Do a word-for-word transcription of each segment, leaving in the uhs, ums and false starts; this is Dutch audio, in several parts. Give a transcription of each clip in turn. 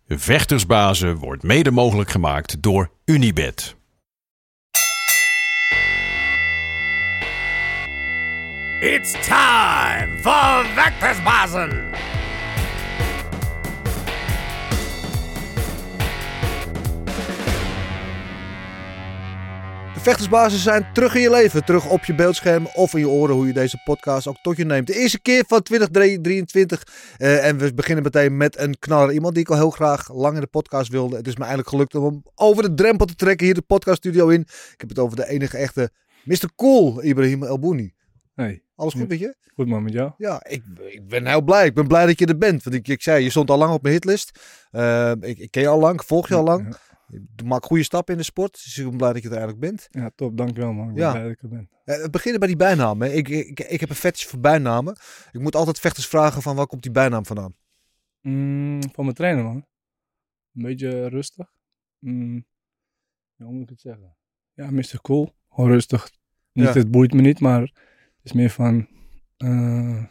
Vechtersbazen wordt mede mogelijk gemaakt door Unibet. It's time for Vechtersbazen! De Vechtersbazen zijn terug in je leven, terug op je beeldscherm of in je oren, hoe je deze podcast ook tot je neemt. De eerste keer van twintig drieëntwintig uh, en we beginnen meteen met een knaller. Iemand die ik al heel graag lang in de podcast wilde. Het is me eindelijk gelukt om hem over de drempel te trekken hier de podcaststudio in. Ik heb het over de enige echte mister Cool, Ibrahim Elbouni. Hey. Alles goed met je? Goed man, met jou? Ja, ik, ik ben heel blij. Ik ben blij dat je er bent. Want ik, ik zei, je stond al lang op mijn hitlist. Uh, ik, ik ken je al lang, ik volg je al lang. Ja. Je maakt goede stappen in de sport. Dus ik ben blij dat je er eigenlijk bent. Ja, top. Dankjewel man. Ik ben ja. blij dat ik er ben. Uh, we beginnen bij die bijnamen. Ik, ik, ik heb een fetish voor bijnamen. Ik moet altijd vechters vragen van waar komt die bijnaam vandaan? Mm, van mijn trainer man. Een beetje rustig. Mm, ja, hoe moet ik het zeggen? Ja, mister Cool. Gewoon rustig. Niet, ja. Het boeit me niet, maar het is meer van... Uh,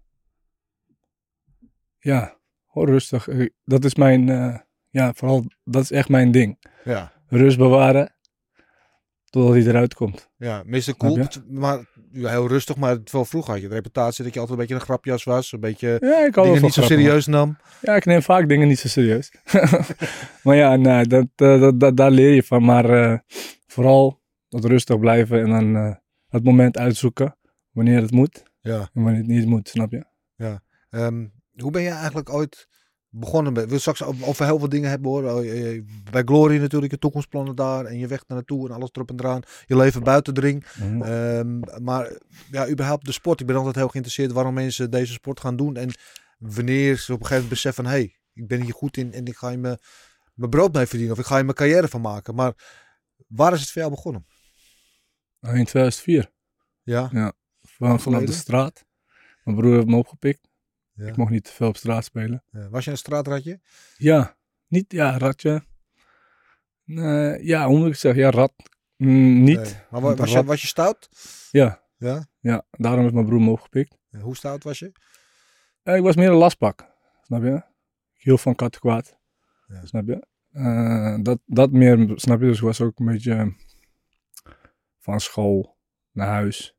ja, gewoon rustig. Dat is mijn... Uh, ja, vooral dat is echt mijn ding. Ja. Rust bewaren totdat hij eruit komt. Ja, mister Cool, maar ja, heel rustig, maar wel vroeg had je de reputatie dat je altijd een beetje een grapjas was, een beetje ja, ik dingen niet zo grappen, serieus man. nam. Ja, ik neem vaak dingen niet zo serieus. Maar ja, nee, dat, uh, dat, dat, daar leer je van. Maar uh, vooral dat rustig blijven en dan uh, het moment uitzoeken wanneer het moet ja. en wanneer het niet moet, snap je? Ja. Um, hoe ben je eigenlijk ooit begonnen met? We willen straks over heel veel dingen hebben hoor. Bij Glory natuurlijk, je toekomstplannen daar en je weg naar naartoe en alles erop en eraan. Je leven buiten de ring. Mm-hmm. Um, maar ja, überhaupt de sport. Ik ben altijd heel geïnteresseerd waarom mensen deze sport gaan doen. En wanneer ze op een gegeven moment beseffen van, hé, hey, ik ben hier goed in en ik ga je me, mijn brood mee verdienen. Of ik ga je mijn carrière van maken. Maar waar is het voor jou begonnen? In tweeduizend vier. Ja? Ja, van, vanaf de straat. Mijn broer heeft me opgepikt. Ja. Ik mocht niet te veel op straat spelen. Ja. Was je een straatratje? Ja, niet, ja, ratje. Uh, ja, hoe moet ik het zeggen? Ja, rat. Mm, niet. Nee. Maar was, was, je, was je stout? Ja. Ja? Ja, daarom heeft mijn broer me opgepikt. Ja, hoe stout was je? Uh, ik was meer een lastpak, snap je? Ik hield van kattenkwaad, ja. Snap je? Uh, dat, dat meer, snap je? Dus ik was ook een beetje van school naar huis.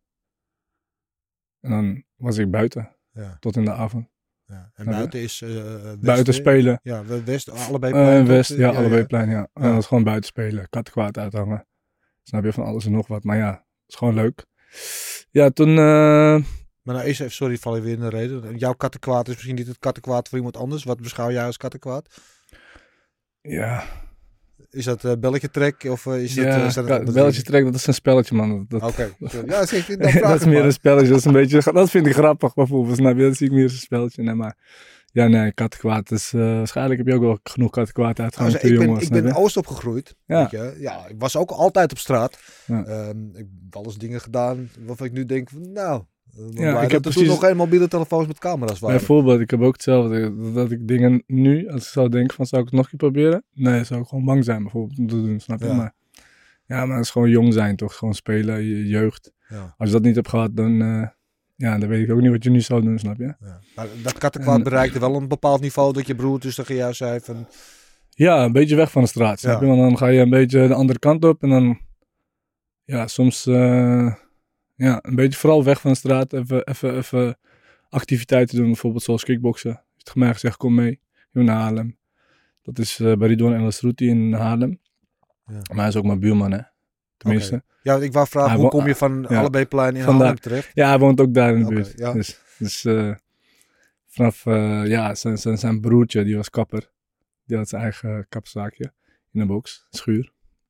En dan was ik buiten. Ja. Tot in de avond. Ja. En buiten is... Uh, west, buiten spelen. Ja, west, allebei plein. Uh, west, ja, ja, allebei ja. plein, ja. ja. En dat is gewoon buiten spelen. Kattenkwaad uithangen. Snap je, van alles en nog wat. Maar ja, het is gewoon leuk. Ja, toen... Uh... Maar nou eerst even, sorry, val je weer in de reden. Jouw kattenkwaad is misschien niet het kattenkwaad voor iemand anders. Wat beschouw jij als kattenkwaad? Ja... Is dat uh, belletje trek of uh, is ja, dat... Uh, dat belletje trek, dat is een spelletje, man. Oké. Okay. Ja, zeg, dat, dat is meer een spelletje. Dat is een beetje... Dat vind ik grappig, bijvoorbeeld. Snap je? Dat zie ik meer als een spelletje. Nee, maar... Ja, nee, kattenkwaad. Dus uh, waarschijnlijk heb je ook wel genoeg kattenkwaad uitgegaan nou, toen je jong was. Ik ben in Oost opgegroeid. Ja. Weet je? Ja, ik was ook altijd op straat. Ja. Um, ik heb alles dingen gedaan waarvan ik nu denk van, nou... Ja, ik heb precies... toen nog geen mobiele telefoons met camera's waren. Bijvoorbeeld, ik heb ook hetzelfde. Dat ik dingen nu, als ik zou denken van, zou ik het nog een keer proberen? Nee, zou ik gewoon bang zijn bijvoorbeeld om te doen, snap je? Ja. Maar, ja, maar het is gewoon jong zijn toch? Gewoon spelen, je jeugd. Ja. Als je dat niet hebt gehad, dan, uh, ja, dan weet ik ook niet wat je nu zou doen, snap je? Ja. Maar dat kattenkwaad bereikte wel een bepaald niveau dat je broer dus tegen jou zei van... Ja, een beetje weg van de straat, snap ja. je? Want dan ga je een beetje de andere kant op en dan, ja, soms... Uh, Ja, een beetje vooral weg van de straat. Even, even, even activiteiten doen. Bijvoorbeeld zoals kickboksen. Je hebt tegen mij gezegd, kom mee. Je moet naar Haarlem. Dat is uh, bij Ridwan El Asrouti in Haarlem. Ja. Maar hij is ook mijn buurman, hè. Tenminste. Okay. Ja, ik wou vragen, hij hoe wo- kom je van ja, allebei plein in Haarlem daar, terecht? Ja, hij woont ook daar in de buurt. Okay, ja. Dus, dus uh, vanaf, uh, ja, zijn, zijn, zijn broertje, die was kapper. Die had zijn eigen kapzaakje in een box, schuur.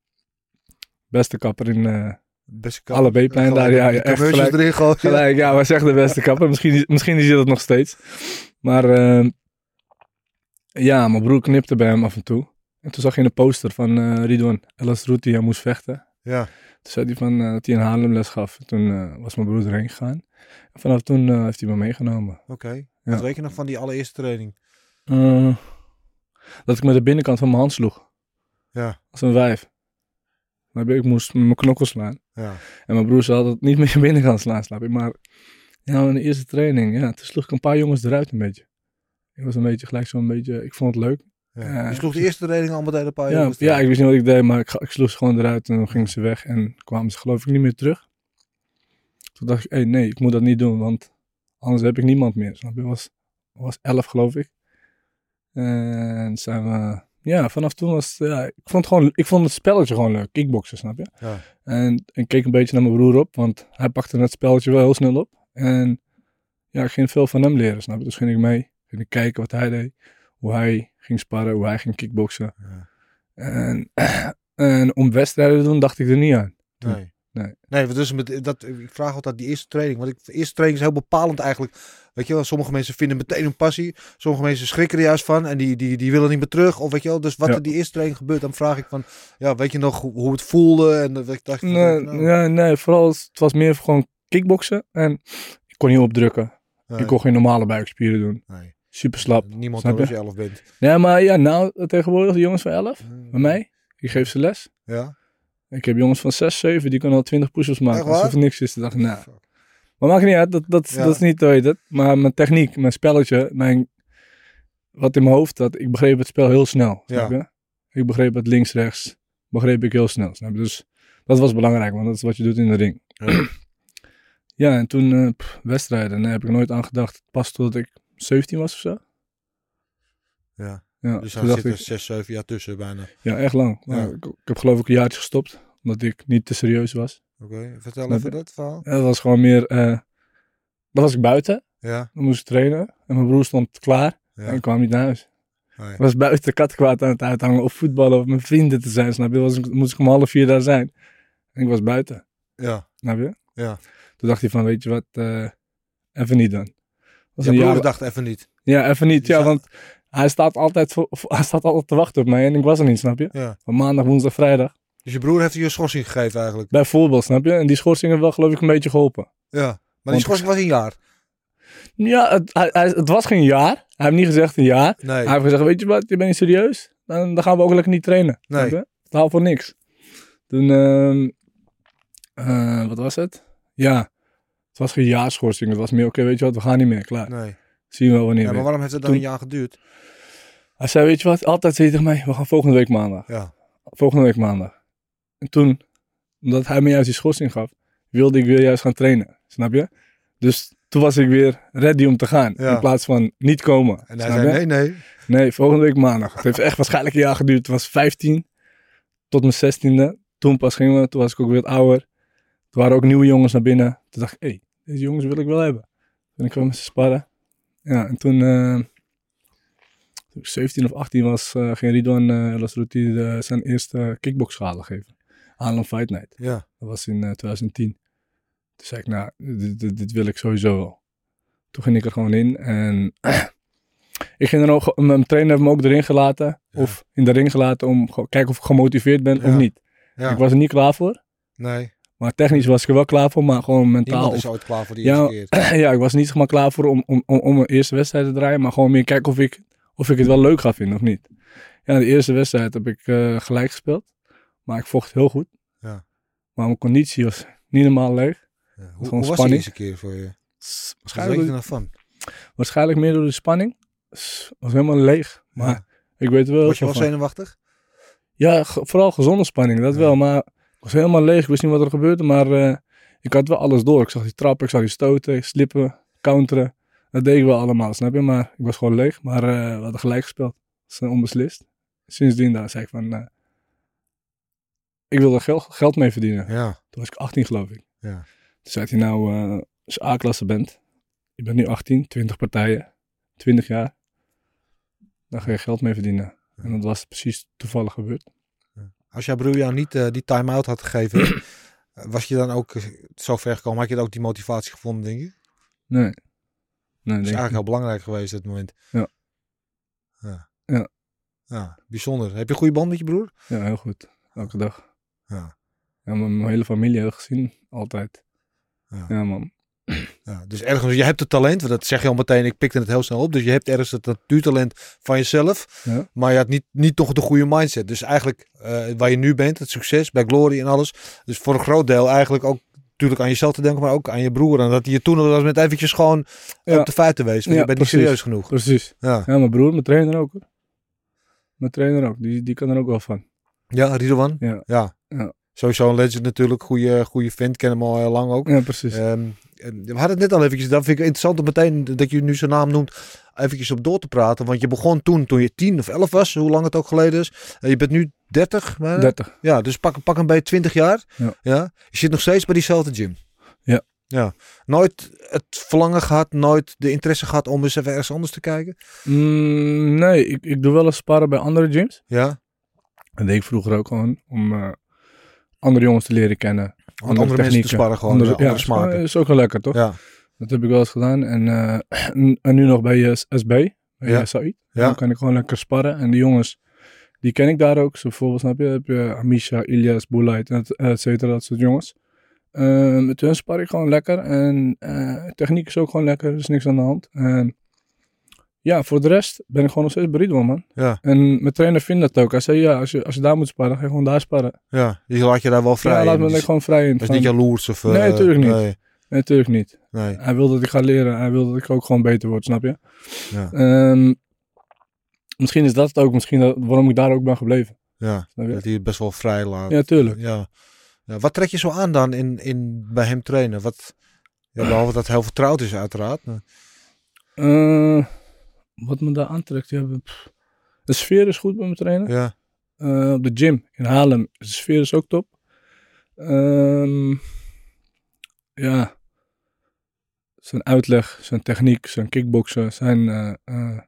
Beste kapper in... Uh, Alle B-plein daar, ja, ja echt gelijk, erin gooien. gelijk, ja, was echt de beste kapper. Misschien, misschien is hij dat nog steeds. Maar uh, ja, mijn broer knipte bij hem af en toe. En toen zag je een poster van uh, Ridwan El Asrouti, hij moest vechten. Ja. Toen zei hij van, uh, dat hij een Haarlem les gaf. Toen uh, was mijn broer erheen gegaan. En vanaf toen uh, heeft hij me meegenomen. Oké. Okay. Ja. Wat weet je nog van die allereerste training? Uh, dat ik met de binnenkant van mijn hand sloeg. Ja. Als een wijf. Ik moest met mijn knokkel slaan. Ja. En mijn broer zei altijd niet met je binnenkant slaan, snap je. Maar ja, in de eerste training, ja, toen sloeg ik een paar jongens eruit een beetje. Ik was een beetje gelijk zo'n beetje, ik vond het leuk. Ja. Uh, je sloeg de eerste training al meteen een paar ja, jongens. Ja, ik wist niet wat ik deed, maar ik, ik sloeg ze gewoon eruit en dan gingen ze weg en kwamen ze geloof ik niet meer terug. Toen dacht ik, hey, nee, ik moet dat niet doen, want anders heb ik niemand meer. Snap je? Ik was, was elf geloof ik. En zijn we, ja, vanaf toen was het, ja, ik vond het gewoon, ik vond het spelletje gewoon leuk, kickboksen, snap je? Ja. En ik keek een beetje naar mijn broer op, want hij pakte het spelletje wel heel snel op. En ja, ik ging veel van hem leren, snap je? Dus ging ik mee, ging ik kijken wat hij deed, hoe hij ging sparren, hoe hij ging kickboksen. Ja. En, en om wedstrijden te doen, dacht ik er niet aan. Toen. Nee. Nee. Nee, dus met, dat, ik vraag altijd die eerste training. Want ik, de eerste training is heel bepalend eigenlijk. Weet je wel, sommige mensen vinden meteen een passie. Sommige mensen schrikken er juist van. En die, die, die willen niet meer terug. Of weet je wel, dus wat Ja. er die eerste training gebeurt, dan vraag ik van... Ja, weet je nog hoe, hoe het voelde? En dat ik dacht... Van, Nee, nou, nee, nee, vooral het was meer gewoon kickboksen. En ik kon niet opdrukken. nee, Ik kon geen normale buikspieren doen. nee. Super slap. Niemand Snap als je? je elf bent. Nee, maar ja, nou tegenwoordig de jongens van elf, bij mij, ik geef ze les. Ja. Ik heb jongens van zes, zeven, die kunnen al twintig push-ups maken. Echt waar? Alsof er niks is. Toen dacht ik, nou. Maar maakt niet uit, dat, dat, Ja. dat is niet, weet het. Maar mijn techniek, mijn spelletje, mijn, wat in mijn hoofd zat, ik begreep het spel heel snel. Snap je? Ik begreep het links, rechts, begreep ik heel snel. Snap je? Dus dat was belangrijk, want dat is wat je doet in de ring. Ja. Ja, en toen uh, pff, wedstrijden, daar heb ik nooit aan gedacht. Pas totdat ik zeventien was of zo. Ja. Ja, Dus toen dan dacht zit er ik, zes, zeven jaar tussen bijna. ja, echt lang. Ja. Maar ik, ik heb geloof ik een jaartje gestopt, omdat ik niet te serieus was. Oké, okay. Vertel Snap even je? dat verhaal. Ja, dat was gewoon meer, uh, dan was ik buiten, Ja. dan moest ik trainen. En mijn broer stond klaar Ja. en ik kwam niet naar huis. Nee. Ik was buiten kattenkwaad aan het uithangen of voetballen of met vrienden te zijn, snap je? Was, ik- moest ik om half vier daar zijn. En ik was buiten, Ja. snap je? Ja. Toen dacht hij van, weet je wat, uh, even niet dan. Was Je een broer jaar- dacht even niet. Ja, even niet, Je ja, zag- want hij staat, altijd voor, voor- hij staat altijd te wachten op mij en ik was er niet, snap je? Ja. Van maandag, woensdag, vrijdag. Dus je broer heeft je een schorsing gegeven eigenlijk. Bijvoorbeeld, snap je? En die schorsing heeft wel geloof ik een beetje geholpen. Ja. Maar die Want- schorsing was een jaar. Ja, het, hij, hij- het was geen jaar. Hij heeft niet gezegd een jaar. Nee. Hij heeft gezegd, weet je wat, je bent niet serieus? Dan, dan gaan we ook lekker niet trainen. Nee. Snap je? Het haalt voor niks. Toen, ehm, eh, wat was het? Ja, het was geen jaarschorsing. Het was meer, oké, weet je wat, we gaan niet meer, klaar. Nee. Zien we wel wanneer Ja, maar weer. waarom heeft het dan Toen- een jaar geduurd? Hij zei, weet je wat, altijd zei hij tegen mij, we gaan volgende week maandag. Ja. Volgende week maandag. En toen, omdat hij me juist die schorsing gaf, wilde ik weer juist gaan trainen. Snap je? Dus toen was ik weer ready om te gaan. Ja. In plaats van niet komen. En hij snap zei je? nee, nee. Nee, volgende week maandag. Het heeft echt waarschijnlijk een jaar geduurd. Het was vijftien tot mijn zestiende. Toen pas gingen we. Toen was ik ook weer wat ouder. Toen waren ook nieuwe jongens naar binnen. Toen dacht ik, hé, hey, deze jongens wil ik wel hebben. Toen ik kwam met ze sparren. Ja, en toen, uh, toen ik zeventien of achttien was, uh, ging Ridwan uh, El Asrouti uh, zijn eerste kickboxschalen geven. Haarlem Fight Night. Ja. Dat was in uh, twintig tien. Toen zei ik, nou, dit, dit, dit wil ik sowieso wel. Toen ging ik er gewoon in en ik ging er ook, mijn trainer heeft me ook erin gelaten, Ja. of in de ring gelaten om te kijken of ik gemotiveerd ben Ja. of niet. Ja. Ik was er niet klaar voor, Nee. maar technisch was ik er wel klaar voor, maar gewoon mentaal. Niemand is Of, ooit klaar voor die Ja, eerste keer. ja, ik was niet zeg maar klaar voor om, om, om, om mijn eerste wedstrijd te draaien, maar gewoon meer kijken of ik, of ik het wel leuk ga vinden of niet. Ja, de eerste wedstrijd heb ik uh, gelijk gespeeld, maar ik vocht heel goed. Ja. Maar mijn conditie was niet normaal leeg. Ja. Hoe, gewoon hoe was die spanning. eerste keer voor je? S- Wat Waarschijnlijk, weet je er nog van? waarschijnlijk meer door de spanning. S- was helemaal leeg, maar Ja. ik weet wel. Was je wel van- zenuwachtig? Ja, ge- vooral gezonde spanning, dat Ja. wel. Maar ik was helemaal leeg, ik wist niet wat er gebeurde. Maar uh, ik had wel alles door. Ik zag die trappen, ik zag die stoten, slippen, counteren. Dat deed ik wel allemaal, snap je? Maar ik was gewoon leeg. Maar uh, we hadden gelijk gespeeld. Dat is uh, onbeslist. Sindsdien daar zei ik van... Uh, ik wil er geld, geld mee verdienen. Ja. Toen was ik achttien geloof ik. Ja. Toen zei hij nou, uh, als je A-klasse bent. Je bent nu achttien, twintig partijen. twintig jaar. Dan ga je geld mee verdienen. En dat was precies toevallig gebeurd. Als jouw broer jou niet uh, die time-out had gegeven, was je dan ook uh, zo ver gekomen? Had je dan ook die motivatie gevonden, denk je? Nee. Nee, Dat is denk ik eigenlijk heel belangrijk geweest op dat moment. Ja. Ja. Ja. Ja, bijzonder. Heb je een goede band met je broer? Ja, heel goed. Elke dag. Ja. Ja, mijn, mijn hele familie heel gezien. Altijd. Ja. Ja, man. Ja, dus ergens, je hebt het talent, want dat zeg je al meteen, ik pikte het heel snel op. Dus je hebt ergens het natuurtalent van jezelf, Ja. maar je had niet, niet toch de goede mindset. Dus eigenlijk, uh, waar je nu bent, het succes bij Glory en alles. Dus voor een groot deel eigenlijk ook natuurlijk aan jezelf te denken, maar ook aan je broer. En dat hij je toen op dat moment eventjes gewoon Ja. op de feiten wees. Want Ja, je bent precies. niet serieus genoeg. Precies. Ja. Ja, mijn broer, mijn trainer ook. Hoor. Mijn trainer ook. Die, die kan er ook wel van. Ja, Ridwan? Ja. Ja. Ja. Sowieso een legend natuurlijk. Goede, goede vent. Ken hem al heel lang ook. Ja, precies. Um, we hadden het net al eventjes. Dat vind ik interessant om meteen dat je nu zijn naam noemt. Eventjes op door te praten. Want je begon toen, toen je tien of elf was. Hoe lang het ook geleden is. Uh, je bent nu dertig. Maar, dertig. Ja, dus pak, pak een beetje twintig jaar. Ja. Ja. Je zit nog steeds bij diezelfde gym. Ja. Ja. Nooit het verlangen gehad. Nooit de interesse gehad om eens even ergens anders te kijken. Mm, nee, ik, ik doe wel eens sparren bij andere gyms. Ja. Dat deed ik vroeger ook gewoon. Om uh, andere jongens te leren kennen. Om andere, andere mensen te sparren gewoon. Andere, ja, andere ja, smaken. Dat is ook wel lekker, toch? Ja. Dat heb ik wel eens gedaan. En, uh, en nu nog bij uh, S B. Bij ja. Said. Ja. Dan kan ik gewoon lekker sparren. En die jongens, die ken ik daar ook. Zo bijvoorbeeld, snap je, heb je Amisha, Ilyas, Boulait, et cetera. Dat soort jongens. Uh, met hun spar ik gewoon lekker. En uh, techniek is ook gewoon lekker. Er is niks aan de hand. En ja, voor de rest ben ik gewoon nog steeds bij Ridwan, man. Ja. En mijn trainer vindt dat ook. Hij zei, ja, als je, als je daar moet sparren, ga je gewoon daar sparren. Ja, je laat je daar wel vrij ja, in. laat me er gewoon vrij in. Dat is niet jaloers of... Uh, nee, natuurlijk niet. Nee. Nee, natuurlijk niet. Nee. Hij wil dat ik ga leren. Hij wil dat ik ook gewoon beter word, snap je? Ja. Um, misschien is dat het ook. Misschien dat, waarom ik daar ook ben gebleven. Ja, dat hij het best wel vrij laat. Ja, tuurlijk. Ja. Ja, wat trek je zo aan dan in, in, bij hem trainen? Wat, ja, behalve dat het heel vertrouwd is uiteraard. Uh, wat me daar aantrekt, ja, pff. De sfeer is goed bij mijn trainer. Ja. Uh, op de gym in Haarlem, de sfeer is ook top. Um, ja. Zijn uitleg, zijn techniek, zijn kickboksen, zijn... Uh, uh,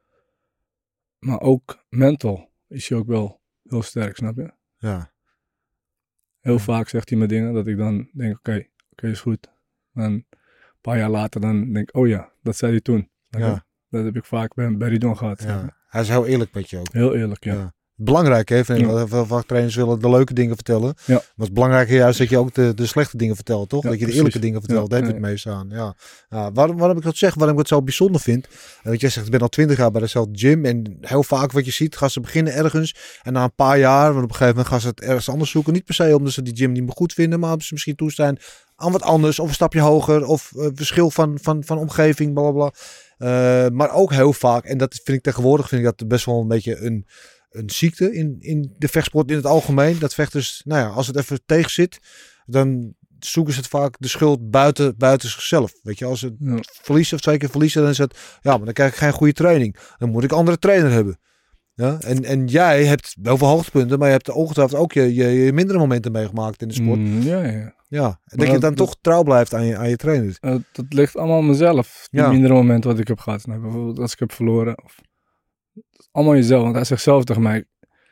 maar ook mental is hij ook wel heel sterk, snap je? Ja. Heel vaak zegt hij me dingen dat ik dan denk, oké, okay, oké, okay, is goed. En een paar jaar later dan denk ik, oh ja, dat zei hij toen. Ja. Dat heb ik vaak bij, bij Ridwan gehad. Ja. Hij is heel eerlijk met je ook. Heel eerlijk, ja. ja. Belangrijk, hè? Vind ik. Ja. Veel vaak trainers willen de leuke dingen vertellen. Ja. Maar het is belangrijk juist dat je ook de, de slechte dingen vertelt, toch? Ja, dat je de precies. eerlijke dingen vertelt. Ja, daar heb je ja, het meest aan. Ja. Ja, waarom, waarom ik dat zeg, waarom ik het zo bijzonder vind. Want jij zegt, ik ben al twintig jaar bij dezelfde gym. En heel vaak wat je ziet, gaan ze beginnen ergens. En na een paar jaar, want op een gegeven moment gaan ze het ergens anders zoeken. Niet per se omdat ze die gym niet meer goed vinden. Maar omdat ze misschien toe zijn aan wat anders. Of een stapje hoger. Of uh, verschil van, van, van omgeving. Blablabla. Uh, maar ook heel vaak. En dat vind ik tegenwoordig vind ik dat best wel een beetje een... een ziekte in, in de vechtsport in het algemeen. Dat vechters, nou ja, als het even tegen zit, dan zoeken ze het vaak de schuld buiten, buiten zichzelf. Weet je, als ze ja. verliezen of twee keer verliezen, dan is het, ja, maar dan krijg ik geen goede training. Dan moet ik een andere trainer hebben. Ja? En, en jij hebt wel veel hoogtepunten, maar je hebt ongetwijfeld ook je, je, je mindere momenten meegemaakt in de sport. Mm, ja, ja. Ja, en dat je dan dat, toch trouw blijft aan je, aan je trainer. Uh, dat ligt allemaal aan mezelf. Die ja. mindere momenten wat ik heb gehad. Nou, bijvoorbeeld als ik heb verloren of... Allemaal jezelf, want hij zegt zelf tegen mij,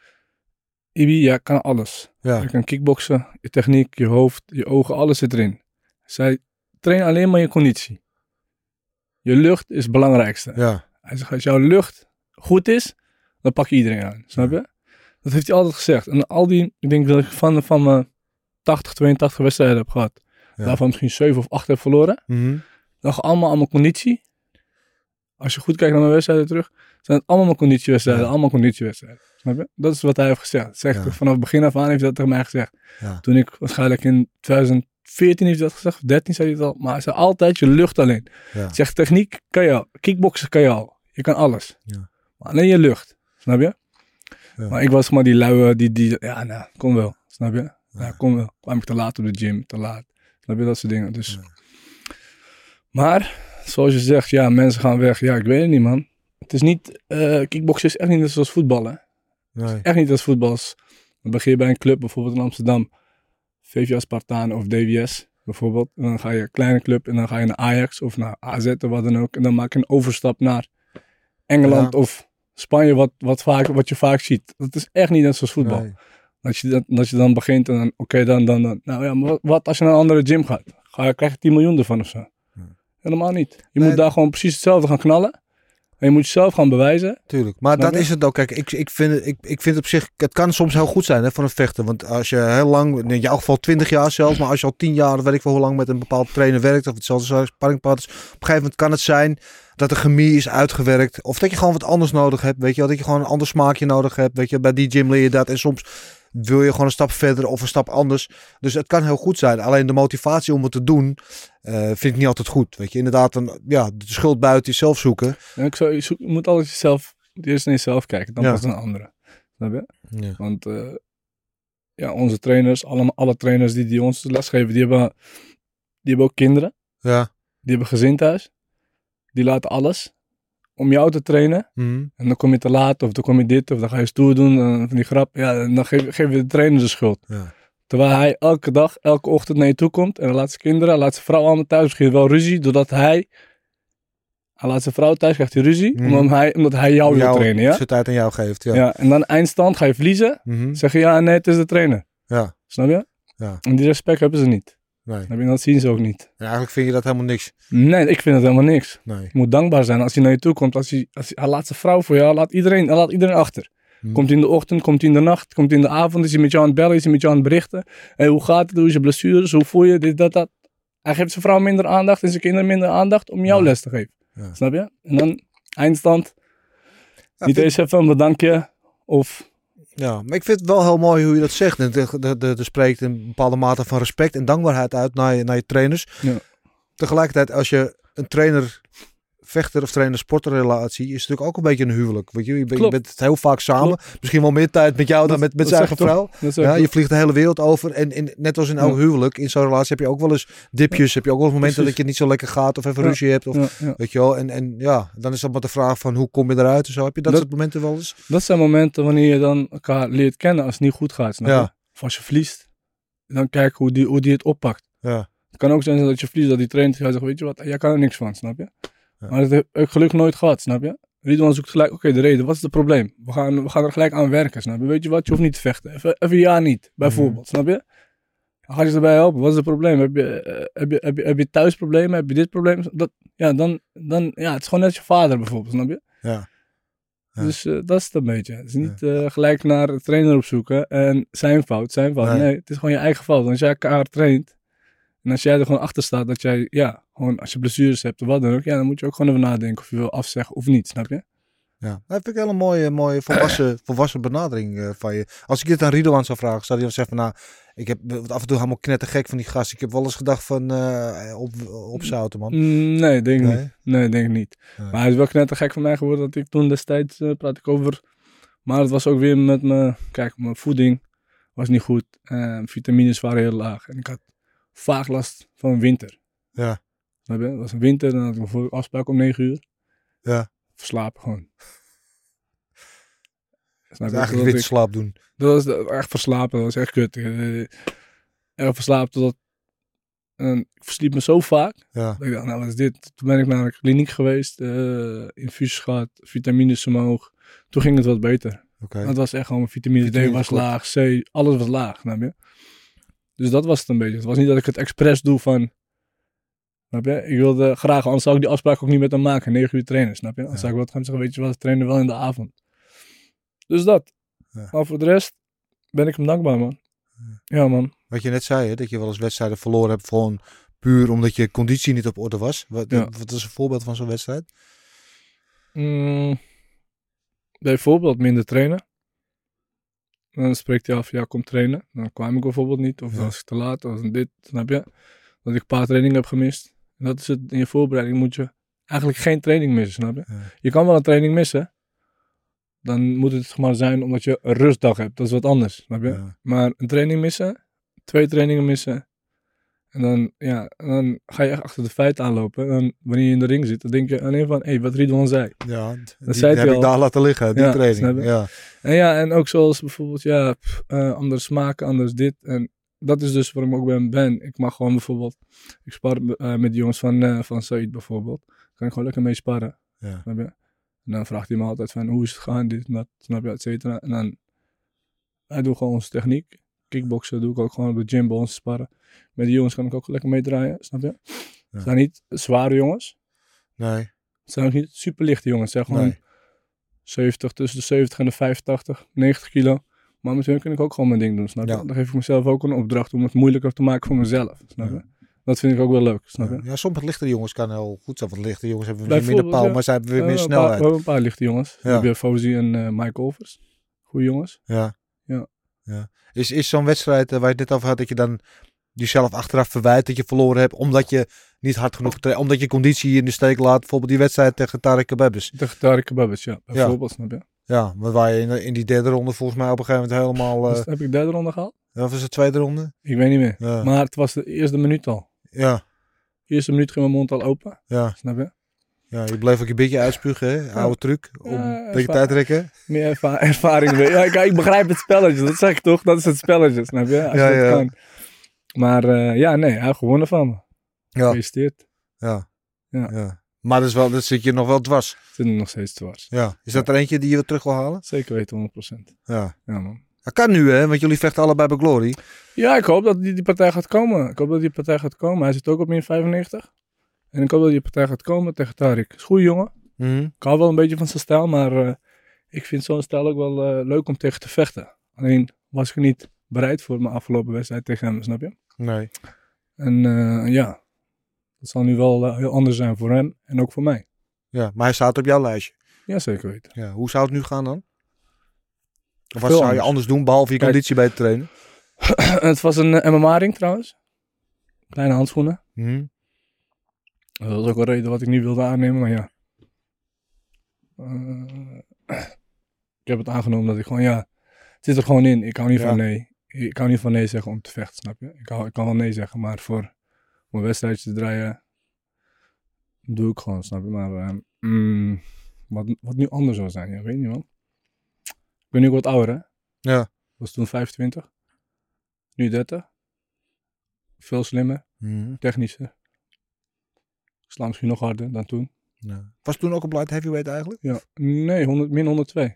Ibi, jij kan alles. Ja. Je kan kickboksen, je techniek, je hoofd, je ogen, alles zit erin. Zij train alleen maar je conditie. Je lucht is het belangrijkste. Ja. Hij zegt, als jouw lucht goed is, dan pak je iedereen aan. Snap je? Ja. Dat heeft hij altijd gezegd. En al die, ik denk dat ik van, van mijn tachtig, tweeëntachtig wedstrijden heb gehad. Ja. Daarvan misschien zeven of acht heb verloren. Mm-hmm. Lag allemaal aan mijn conditie. Als je goed kijkt naar mijn wedstrijden terug, zijn het allemaal mijn conditiewedstrijden, ja. allemaal conditiewedstrijden. Snap je? Dat is wat hij heeft gezegd. Zegt ja. Vanaf het begin af aan heeft hij dat tegen mij gezegd. Ja. Toen ik waarschijnlijk in twintig veertien heeft hij dat gezegd, of dertien zei hij het al, maar hij zei altijd je lucht alleen. Ja. Zegt techniek kan je al, kickboksen kan je al, je kan alles. Ja. Maar alleen je lucht, snap je? Ja. Maar ik was maar die luie, die, die ja nou, kom wel, snap je? Ja. Nou, kom wel. Kwam ik te laat op de gym, te laat. Snap je, dat soort dingen. Dus. Ja. Maar, zoals je zegt, ja, mensen gaan weg. Ja, ik weet het niet, man. Het is niet, uh, kickboksen is echt niet net zoals voetballen. Nee. Echt niet als voetbals. Dan begin je bij een club, bijvoorbeeld in Amsterdam. V V A Spartaan of D W S, bijvoorbeeld. En dan ga je een kleine club en dan ga je naar Ajax of naar A Z of wat dan ook. En dan maak je een overstap naar Engeland ja. of Spanje, wat, wat, vaak, wat je vaak ziet. Dat is echt niet net zoals voetbal. Nee. Dat, je, dat, dat je dan begint en dan, oké, okay, dan, dan, dan. Nou ja, maar wat, wat als je naar een andere gym gaat? Ga je, krijg je tien miljoen ervan of zo? Helemaal niet. Je nee, moet daar gewoon precies hetzelfde gaan knallen. En je moet jezelf gaan bewijzen. Tuurlijk. Maar dat is het ook. Kijk, ik, ik, vind het, ik, ik vind het op zich... Het kan soms heel goed zijn hè, voor een vechter. Want als je heel lang... In jouw geval twintig jaar zelfs. Maar als je al tien jaar... weet ik wel hoe lang met een bepaald trainer werkt. Of hetzelfde sparringpartners. Op een gegeven moment kan het zijn... dat de chemie is uitgewerkt. Of dat je gewoon wat anders nodig hebt. Weet je wel. Dat je gewoon een ander smaakje nodig hebt. Weet je. Bij die gym leer je dat. En soms... wil je gewoon een stap verder of een stap anders. Dus het kan heel goed zijn. Alleen de motivatie om het te doen, uh, vind ik niet altijd goed. Weet je, inderdaad, een, ja, de schuld buiten jezelf zoeken. Ja, ik zou, je, zoek, je moet altijd jezelf moet eerst naar jezelf kijken, dan Ja. pas naar anderen. Snap je? Ja. Want uh, ja, onze trainers, alle, alle trainers die, die ons lesgeven, die hebben, die hebben ook kinderen. Ja. Die hebben gezin thuis. Die laten alles om jou te trainen. Mm. En dan kom je te laat, of dan kom je dit, of dan ga je stoer doen, en van die grap. Ja, en dan geef, geef je de trainer de schuld. Ja. Terwijl hij elke dag, elke ochtend naar je toe komt. En hij laat zijn kinderen, hij laat zijn vrouw allemaal thuis. Misschien wel ruzie, doordat hij... Hij laat zijn vrouw thuis, krijgt hij ruzie. Mm. Omdat, hij, omdat hij jou wil trainen, ja? Zijn tijd aan jou geeft, ja. Ja, en dan eindstand ga je verliezen. Mm-hmm. Zeg je ja, nee, het is de trainer. Ja. Snap je? Ja. En die respect hebben ze niet. Nee. Snap je? Dat zien ze ook niet. En eigenlijk vind je dat helemaal niks. Nee, ik vind het helemaal niks. Nee. Je moet dankbaar zijn als hij naar je toe komt. Als hij, als hij, hij laat zijn vrouw voor jou, hij laat iedereen, hij laat iedereen achter. Mm. Komt hij in de ochtend, komt hij in de nacht, komt hij in de avond, is hij met jou aan het bellen, is hij met jou aan het berichten. Hey, hoe gaat het? Hoe is je blessures? Hoe voel je dit, dat, dat? Hij geeft zijn vrouw minder aandacht en zijn kinderen minder aandacht om jou Ja. les te geven. Ja. Snap je? En dan eindstand. Ja, Niet vind- eens even een bedankje. Of Ja, maar ik vind het wel heel mooi hoe je dat zegt. En er- er- er- er spreekt een bepaalde mate van respect en dankbaarheid uit naar je, naar je trainers. Ja. Tegelijkertijd, als je een trainer, vechter of trainer-sporterrelatie, is het natuurlijk ook een beetje een huwelijk. Weet je, je, bent- je Klopt. bent heel vaak samen. Misschien wel meer tijd met jou dan Dat- met, met dat zijn zeg eigen ik vrouw. dat is ook Ja, je goed. vliegt de hele wereld over. En in, net als in elk Ja. huwelijk, in zo'n relatie heb je ook wel eens dipjes. Heb je ook wel eens momenten Precies. dat je niet zo lekker gaat of even Ja. ruzie hebt. Of, Ja, ja. Weet je wel. En, en ja, dan is dat maar de vraag van hoe kom je eruit en zo. Heb je dat, Dat- soort momenten wel eens? Dat zijn momenten wanneer je dan elkaar leert kennen als het niet goed gaat. Snap je? Ja. Of als je verliest. Dan kijk hoe die, hoe die het oppakt. Ja. Het kan ook zijn dat je verliest, dat die trainer gaat zeggen, weet je wat, jij kan er niks van, snap je? Ja. Maar dat heb ik gelukkig nooit gehad, snap je? Ridwan zoekt gelijk, oké, de reden, wat is het probleem? We gaan, we gaan er gelijk aan werken, snap je? Weet je wat, je hoeft niet te vechten. Even, even ja niet, bijvoorbeeld, snap je? Dan ga je ze erbij helpen, wat is het probleem? Heb je, eh, heb je, heb je, heb je thuis problemen? Heb je dit probleem? Dat, ja, dan, dan, ja, het is gewoon net je vader bijvoorbeeld, snap je? Ja. Ja. Dus eh, dat is het een beetje. Het is niet eh, gelijk naar de trainer opzoeken en zijn fout, zijn fout. Nee. Nee, het is gewoon je eigen fout. Want als jij elkaar traint en als jij er gewoon achter staat dat jij, ja, gewoon als je blessures hebt of wat dan ook, ja, dan moet je ook gewoon even nadenken of je wil afzeggen of niet, snap je? Ja, dat vind ik een hele mooie, mooie volwassen, volwassen benadering uh, van je. Als ik dit aan Ridwan zou vragen, zou hij dan zeggen van, nou, ik heb af en toe helemaal knettergek van die gast. Ik heb wel eens gedacht van, uh, op, opzouten, man. Mm, nee, denk ik Nee? niet. Nee, denk ik niet. Nee. Maar hij is wel knettergek van mij geworden dat ik toen destijds, uh, praat ik over, maar het was ook weer met mijn, kijk, mijn voeding was niet goed. Uh, vitamines waren heel laag en ik had vaak last van winter. Ja. Snap je? Het was een winter, dan had ik bijvoorbeeld afspraak om negen uur. Ja. Verslapen gewoon. Dat Snap is je? eigenlijk Dat witte ik- slaap doen. Dat was de- echt verslapen, dat was echt kut. Eh, Erg verslapen totdat... En ik versliep me zo vaak. Ja. Dat ik dacht, nou wat is dit? Toen ben ik naar de kliniek geweest. eh infusies gehad, vitamines omhoog. Toen ging het wat beter. Oké. Maar het was echt gewoon, vitamine D Vitamine was tekort. laag, C, alles was laag, snap je? Dus dat was het een beetje. Het was niet dat ik het expres doe van... Snap je? Ik wilde graag, anders zou ik die afspraak ook niet met hem maken. negen uur trainen, snap je? Dan Ja. zou ik wel gaan zeggen, weet je wat, trainen wel in de avond. Dus dat. Ja. Maar voor de rest ben ik hem dankbaar, man. Ja, man. Wat je net zei, hè, dat je wel eens wedstrijden verloren hebt, gewoon puur omdat je conditie niet op orde was. Wat, Ja. wat is een voorbeeld van zo'n wedstrijd? Mm, bijvoorbeeld minder trainen. Dan spreekt hij af, ja, kom trainen. Dan kwam ik bijvoorbeeld niet. Of Ja. dan was ik te laat, of dit, snap je? Dat ik een paar trainingen heb gemist. En dat is het, in je voorbereiding moet je eigenlijk geen training missen, snap je? Ja. Je kan wel een training missen. Dan moet het maar zijn omdat je een rustdag hebt. Dat is wat anders, snap je? Ja. Maar een training missen, twee trainingen missen. En dan, ja, en dan ga je echt achter de feiten aanlopen. En dan, wanneer je in de ring zit, dan denk je alleen van, hé, hey, wat Ridwan zei. Ja, die, zei die hij heb ik al. daar laten liggen, die Ja, snap training. je? Ja. En ja, en ook zoals bijvoorbeeld, ja, pff, eh, andere smaken, anders dit. En dat is dus waarom ik ook ben, ben. Ik mag gewoon bijvoorbeeld, ik spar uh, met die jongens van, uh, van Said bijvoorbeeld. Daar kan ik gewoon lekker mee sparren. Ja. Snap je? En dan vraagt hij me altijd van, hoe is het gegaan, dit en dat, snap je, et cetera. En dan, hij doet gewoon onze techniek. Kickboksen doe ik ook gewoon op de gym bij ons sparren. Met die jongens kan ik ook lekker meedraaien, snap je? Ja. Het zijn niet zware jongens. Nee. Het zijn ook niet superlichte jongens. Het zijn gewoon Nee. zeventig, tussen de zeventig en de vijfentachtig, negentig kilo. Maar met hun kun ik ook gewoon mijn ding doen, snap je? Ja. Dan geef ik mezelf ook een opdracht om het moeilijker te maken voor mezelf, snap je? Ja. Dat vind ik ook wel leuk, snap je? Ja, ja, sommige lichtere jongens kan heel goed zijn. Want lichte jongens hebben misschien minder Bijvoorbeeld, pauw, ja. maar zij hebben weer We meer hebben een paar- snelheid. We hebben een paar lichte jongens. Ja. We hebben Fauzi en uh, Mike Olvers. Goeie jongens. Ja. Ja. ja. Is, is zo'n wedstrijd uh, waar je het net over had, dat je dan jezelf achteraf verwijt dat je verloren hebt, omdat je niet hard genoeg trainen. Omdat je conditie in de steek laat. Bijvoorbeeld die wedstrijd tegen Tarek Kebabes. Tegen Tarek Kebabes, ja. Bijvoorbeeld, snap je? Ja, maar waar je in, in die derde ronde volgens mij op een gegeven moment helemaal... Uh, dus, heb ik derde ronde gehaald? Of was het tweede ronde? Ik weet niet meer. Ja. Maar het was de eerste minuut al. Ja. De eerste minuut ging mijn mond al open. Ja. Snap je? Ja, je bleef ook een beetje uitspugen, hè? Ja. Oude truc. Om Ja, een beetje tijd te rekken. Meer erva ervaring. Ja, ik, ik begrijp het spelletje. Dat zeg ik toch? Dat is het spelletje, snap je? Als Ja, je dat ja. kan. Maar uh, ja, nee, hij heeft gewonnen van me. Ja. Gefeliciteerd. Ja. Ja. Ja. Maar dat, is wel, dat zit je nog wel dwars. Zit er nog steeds dwars. Ja. Is dat er eentje die je weer terug wil halen? Zeker weten, honderd procent. Ja. Ja, man. Dat kan nu, hè? Want jullie vechten allebei bij Glory. Ja, ik hoop dat die, die partij gaat komen. Ik hoop dat die partij gaat komen. Hij zit ook op min vijfennegentig. En ik hoop dat die partij gaat komen tegen Tarek. Is een goede jongen. Mm-hmm. Ik hou wel een beetje van zijn stijl, maar uh, ik vind zo'n stijl ook wel uh, leuk om tegen te vechten. Alleen was ik er niet bereid voor mijn afgelopen wedstrijd tegen hem, snap je? Nee. En uh, ja, dat zal nu wel uh, heel anders zijn voor hem en ook voor mij. Ja, maar hij staat op jouw lijstje. Ja, zeker weten. Ja. Hoe zou het nu gaan dan? Of wat Veel zou je anders. anders doen, behalve je Kijk. conditie bij te trainen? Het was een uh, M M A-ring trouwens. Kleine handschoenen. Mm-hmm. Dat was ook wel reden wat ik niet wilde aannemen, maar ja. Uh, ik heb het aangenomen dat ik gewoon, ja, het zit er gewoon in. Ik hou niet Ja. van nee. Ik hou niet van nee zeggen om te vechten, snap je? Ik, hou, ik kan wel nee zeggen, maar voor om een wedstrijdje te draaien, doe ik gewoon, snap je? Maar uh, mm, wat, wat nu anders zou zijn, ja, weet niet man. Ik ben nu ook wat ouder, hè? Ja. Was toen vijfentwintig. Nu dertig. Veel slimmer, Mm-hmm. technischer. Ik sla misschien nog harder dan toen. Ja. Was toen ook op light heavyweight eigenlijk? Ja, nee, honderd, min honderdtwee.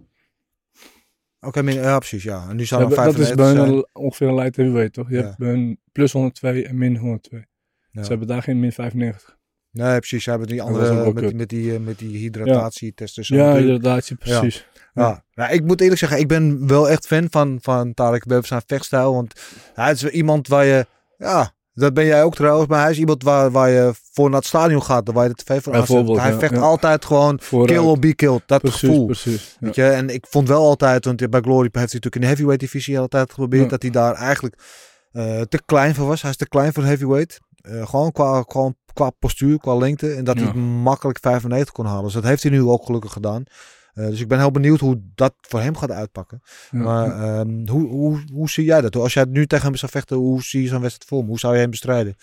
Oké, okay, ja precies, ja. En nu zou Ja, het dat is vijfennegentig bij zijn. hun ongeveer een light heavyweight, toch? Je Ja. hebt bij hun plus honderdtwee en min honderdtwee. Ja. Ze hebben daar geen min vijfennegentig. Nee, precies. Ze hebben die Dat was andere ook wel met, kut. met, die, eh, met die hydratatietesten. zo Ja, natuurlijk. inderdaad, precies. Ja. Ja. Ja, ik moet eerlijk zeggen, ik ben wel echt fan van, van Tarek Kebabes zijn vechtstijl. Want hij is wel iemand waar je, ja, dat ben jij ook trouwens, maar hij is iemand waar, waar je voor naar het stadion gaat, waar je de tv voor aanzet. Bijvoorbeeld, Hij ja, vecht ja. altijd gewoon Vooruit. kill or be killed, dat Precies, gevoel. precies. Ja. Weet je? En ik vond wel altijd, want bij Glory heeft hij natuurlijk in de heavyweight divisie altijd geprobeerd, Ja. dat hij daar eigenlijk uh, te klein voor was. Hij is te klein voor heavyweight. Uh, gewoon, qua, gewoon qua postuur, qua lengte. En dat Ja. hij makkelijk vijfennegentig kon halen. Dus dat heeft hij nu ook gelukkig gedaan. Uh, dus ik ben heel benieuwd hoe dat voor hem gaat uitpakken. Ja. Maar um, hoe, hoe, hoe zie jij dat? Als jij nu tegen hem zou vechten, hoe zie je zo'n wedstrijd voor hem? Hoe zou je hem bestrijden?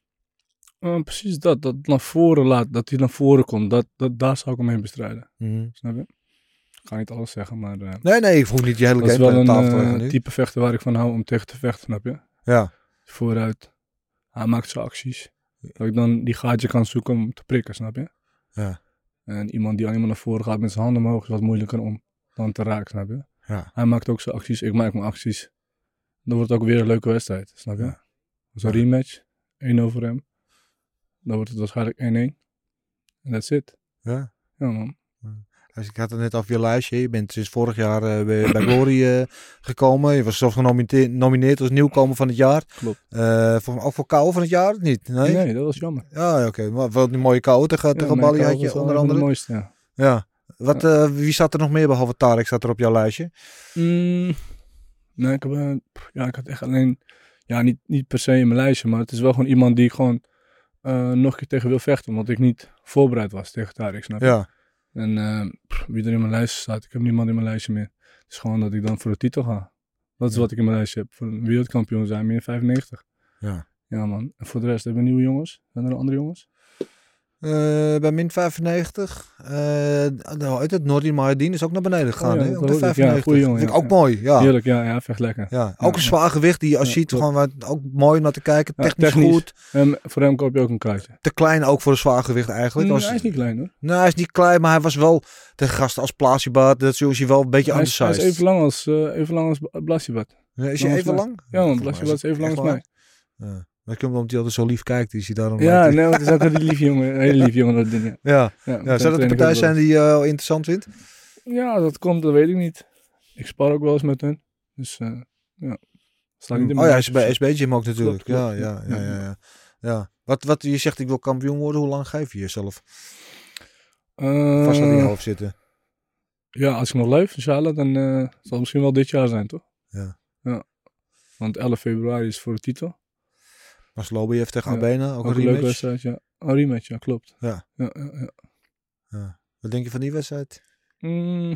Uh, precies dat, dat naar voren laat, dat hij naar voren komt. Dat, dat, daar zou ik hem heen bestrijden. Mm-hmm. Snap je? Ik ga niet alles zeggen, maar uh, Nee, nee, ik vroeg niet je hele dat is game wel op tafel te een leggen uh, nu. type vechter waar ik van hou om tegen te vechten, snap je? Ja, Vooruit. Hij maakt zijn acties. Dat ik dan die gaatje kan zoeken om te prikken, snap je? ja, En iemand die alleen maar naar voren gaat met zijn handen omhoog is wat moeilijker om dan te raken, snap je? ja. Hij maakt ook zijn acties, ik maak mijn acties. Dan wordt het ook weer een leuke wedstrijd, snap je? Ja. Zo'n rematch, één over hem. Dan wordt het waarschijnlijk één-één. En that's it. ja. Ja man. Dus ik had het net over je lijstje. Je bent sinds vorig jaar uh, bij, bij Glory uh, gekomen. Je was zelfs genomineerd als nieuwkomer van het jaar. Klopt. Uh, voor, ook voor K O van het jaar, of niet? Nee? Nee, dat was jammer. Ja, oké. Okay. Maar wel een mooie K O tegen, tegen Ja, Bali mijn had K O je was wel onder een van andere. de mooiste, ja. Ja. Wat, uh, wie zat er nog meer behalve Tarek zat er op jouw lijstje? Mm, nee, ik, heb, uh, ja, ik had echt alleen... Ja, niet, niet per se in mijn lijstje, maar het is wel gewoon iemand die ik gewoon uh, nog een keer tegen wil vechten. Omdat ik niet voorbereid was tegen Tarek, snap je? Ja. En uh, pff, wie er in mijn lijstje staat, ik heb niemand in mijn lijstje meer. Het is gewoon dat ik dan voor de titel ga. Dat is Ja. wat ik in mijn lijstje heb. Voor een wereldkampioen zijn, min vijfennegentig. Ja. Ja man. En voor de rest hebben we nieuwe jongens. Zijn er andere jongens? Uh, bij min vijfennegentig. Uh, nou, het Nordin Mahedin is ook naar beneden gegaan. Oh ja, hè? dat Op de hoorde ik. Ja, vijfennegentig. goeie jongen, Vind ik ja, ook ja. mooi. Ja. Heerlijk, ja, ja, vecht lekker. Ja. Ook een zwaar gewicht die als je Ja, ziet klopt. gewoon wat, ook mooi om naar te kijken. Ja, Technisch, technisch. goed. En voor hem koop je ook een kaartje. Te klein ook voor een zwaar gewicht eigenlijk. Mm, Als, hij is niet klein hoor. Nou, hij is niet klein, maar hij was wel tegen gasten als Plasibat. Dat is hij wel een beetje Hij is, hij is undersized. even lang als, uh, even lang als Bla- Blasibat. Ja, is lang hij als even mij. lang? Ja man, Volgens mij Blasibat is even lang echt als mij. waar. Ja. Maar ik omdat hij altijd zo lief kijkt, is hij daarom... Ja, lijkt nee, want het is ook een lief jongen. Een hele lief jongen dat ding. Ja. hij- ja. Ja, Ja, zou dat de partij zijn die je uh, interessant vindt? Ja, dat komt, dat weet ik niet. Ik spar ook wel eens met hun. Dus uh, ja. Staat niet in Oh mijn ja, hij is lijstje. bij S B Gym ook natuurlijk. Klopt, Ja, klopt. ja, ja, Ja. ja, ja. ja. Wat, wat je zegt, ik wil kampioen worden. Hoe lang geef je jezelf? Uh, Vast aan in je hoofd zitten. Ja, als ik nog leef, inshallah, dan uh, zal het misschien wel dit jaar zijn, toch? Ja. Ja. Want elf februari is voor de titel. Maslobi heeft tegen Ja. Abena, ook, Ook een een leuke rematch. wedstrijd, ja. Een rematch, ja, klopt. Ja. Ja, ja, ja. Ja. Wat denk je van die wedstrijd? Mm.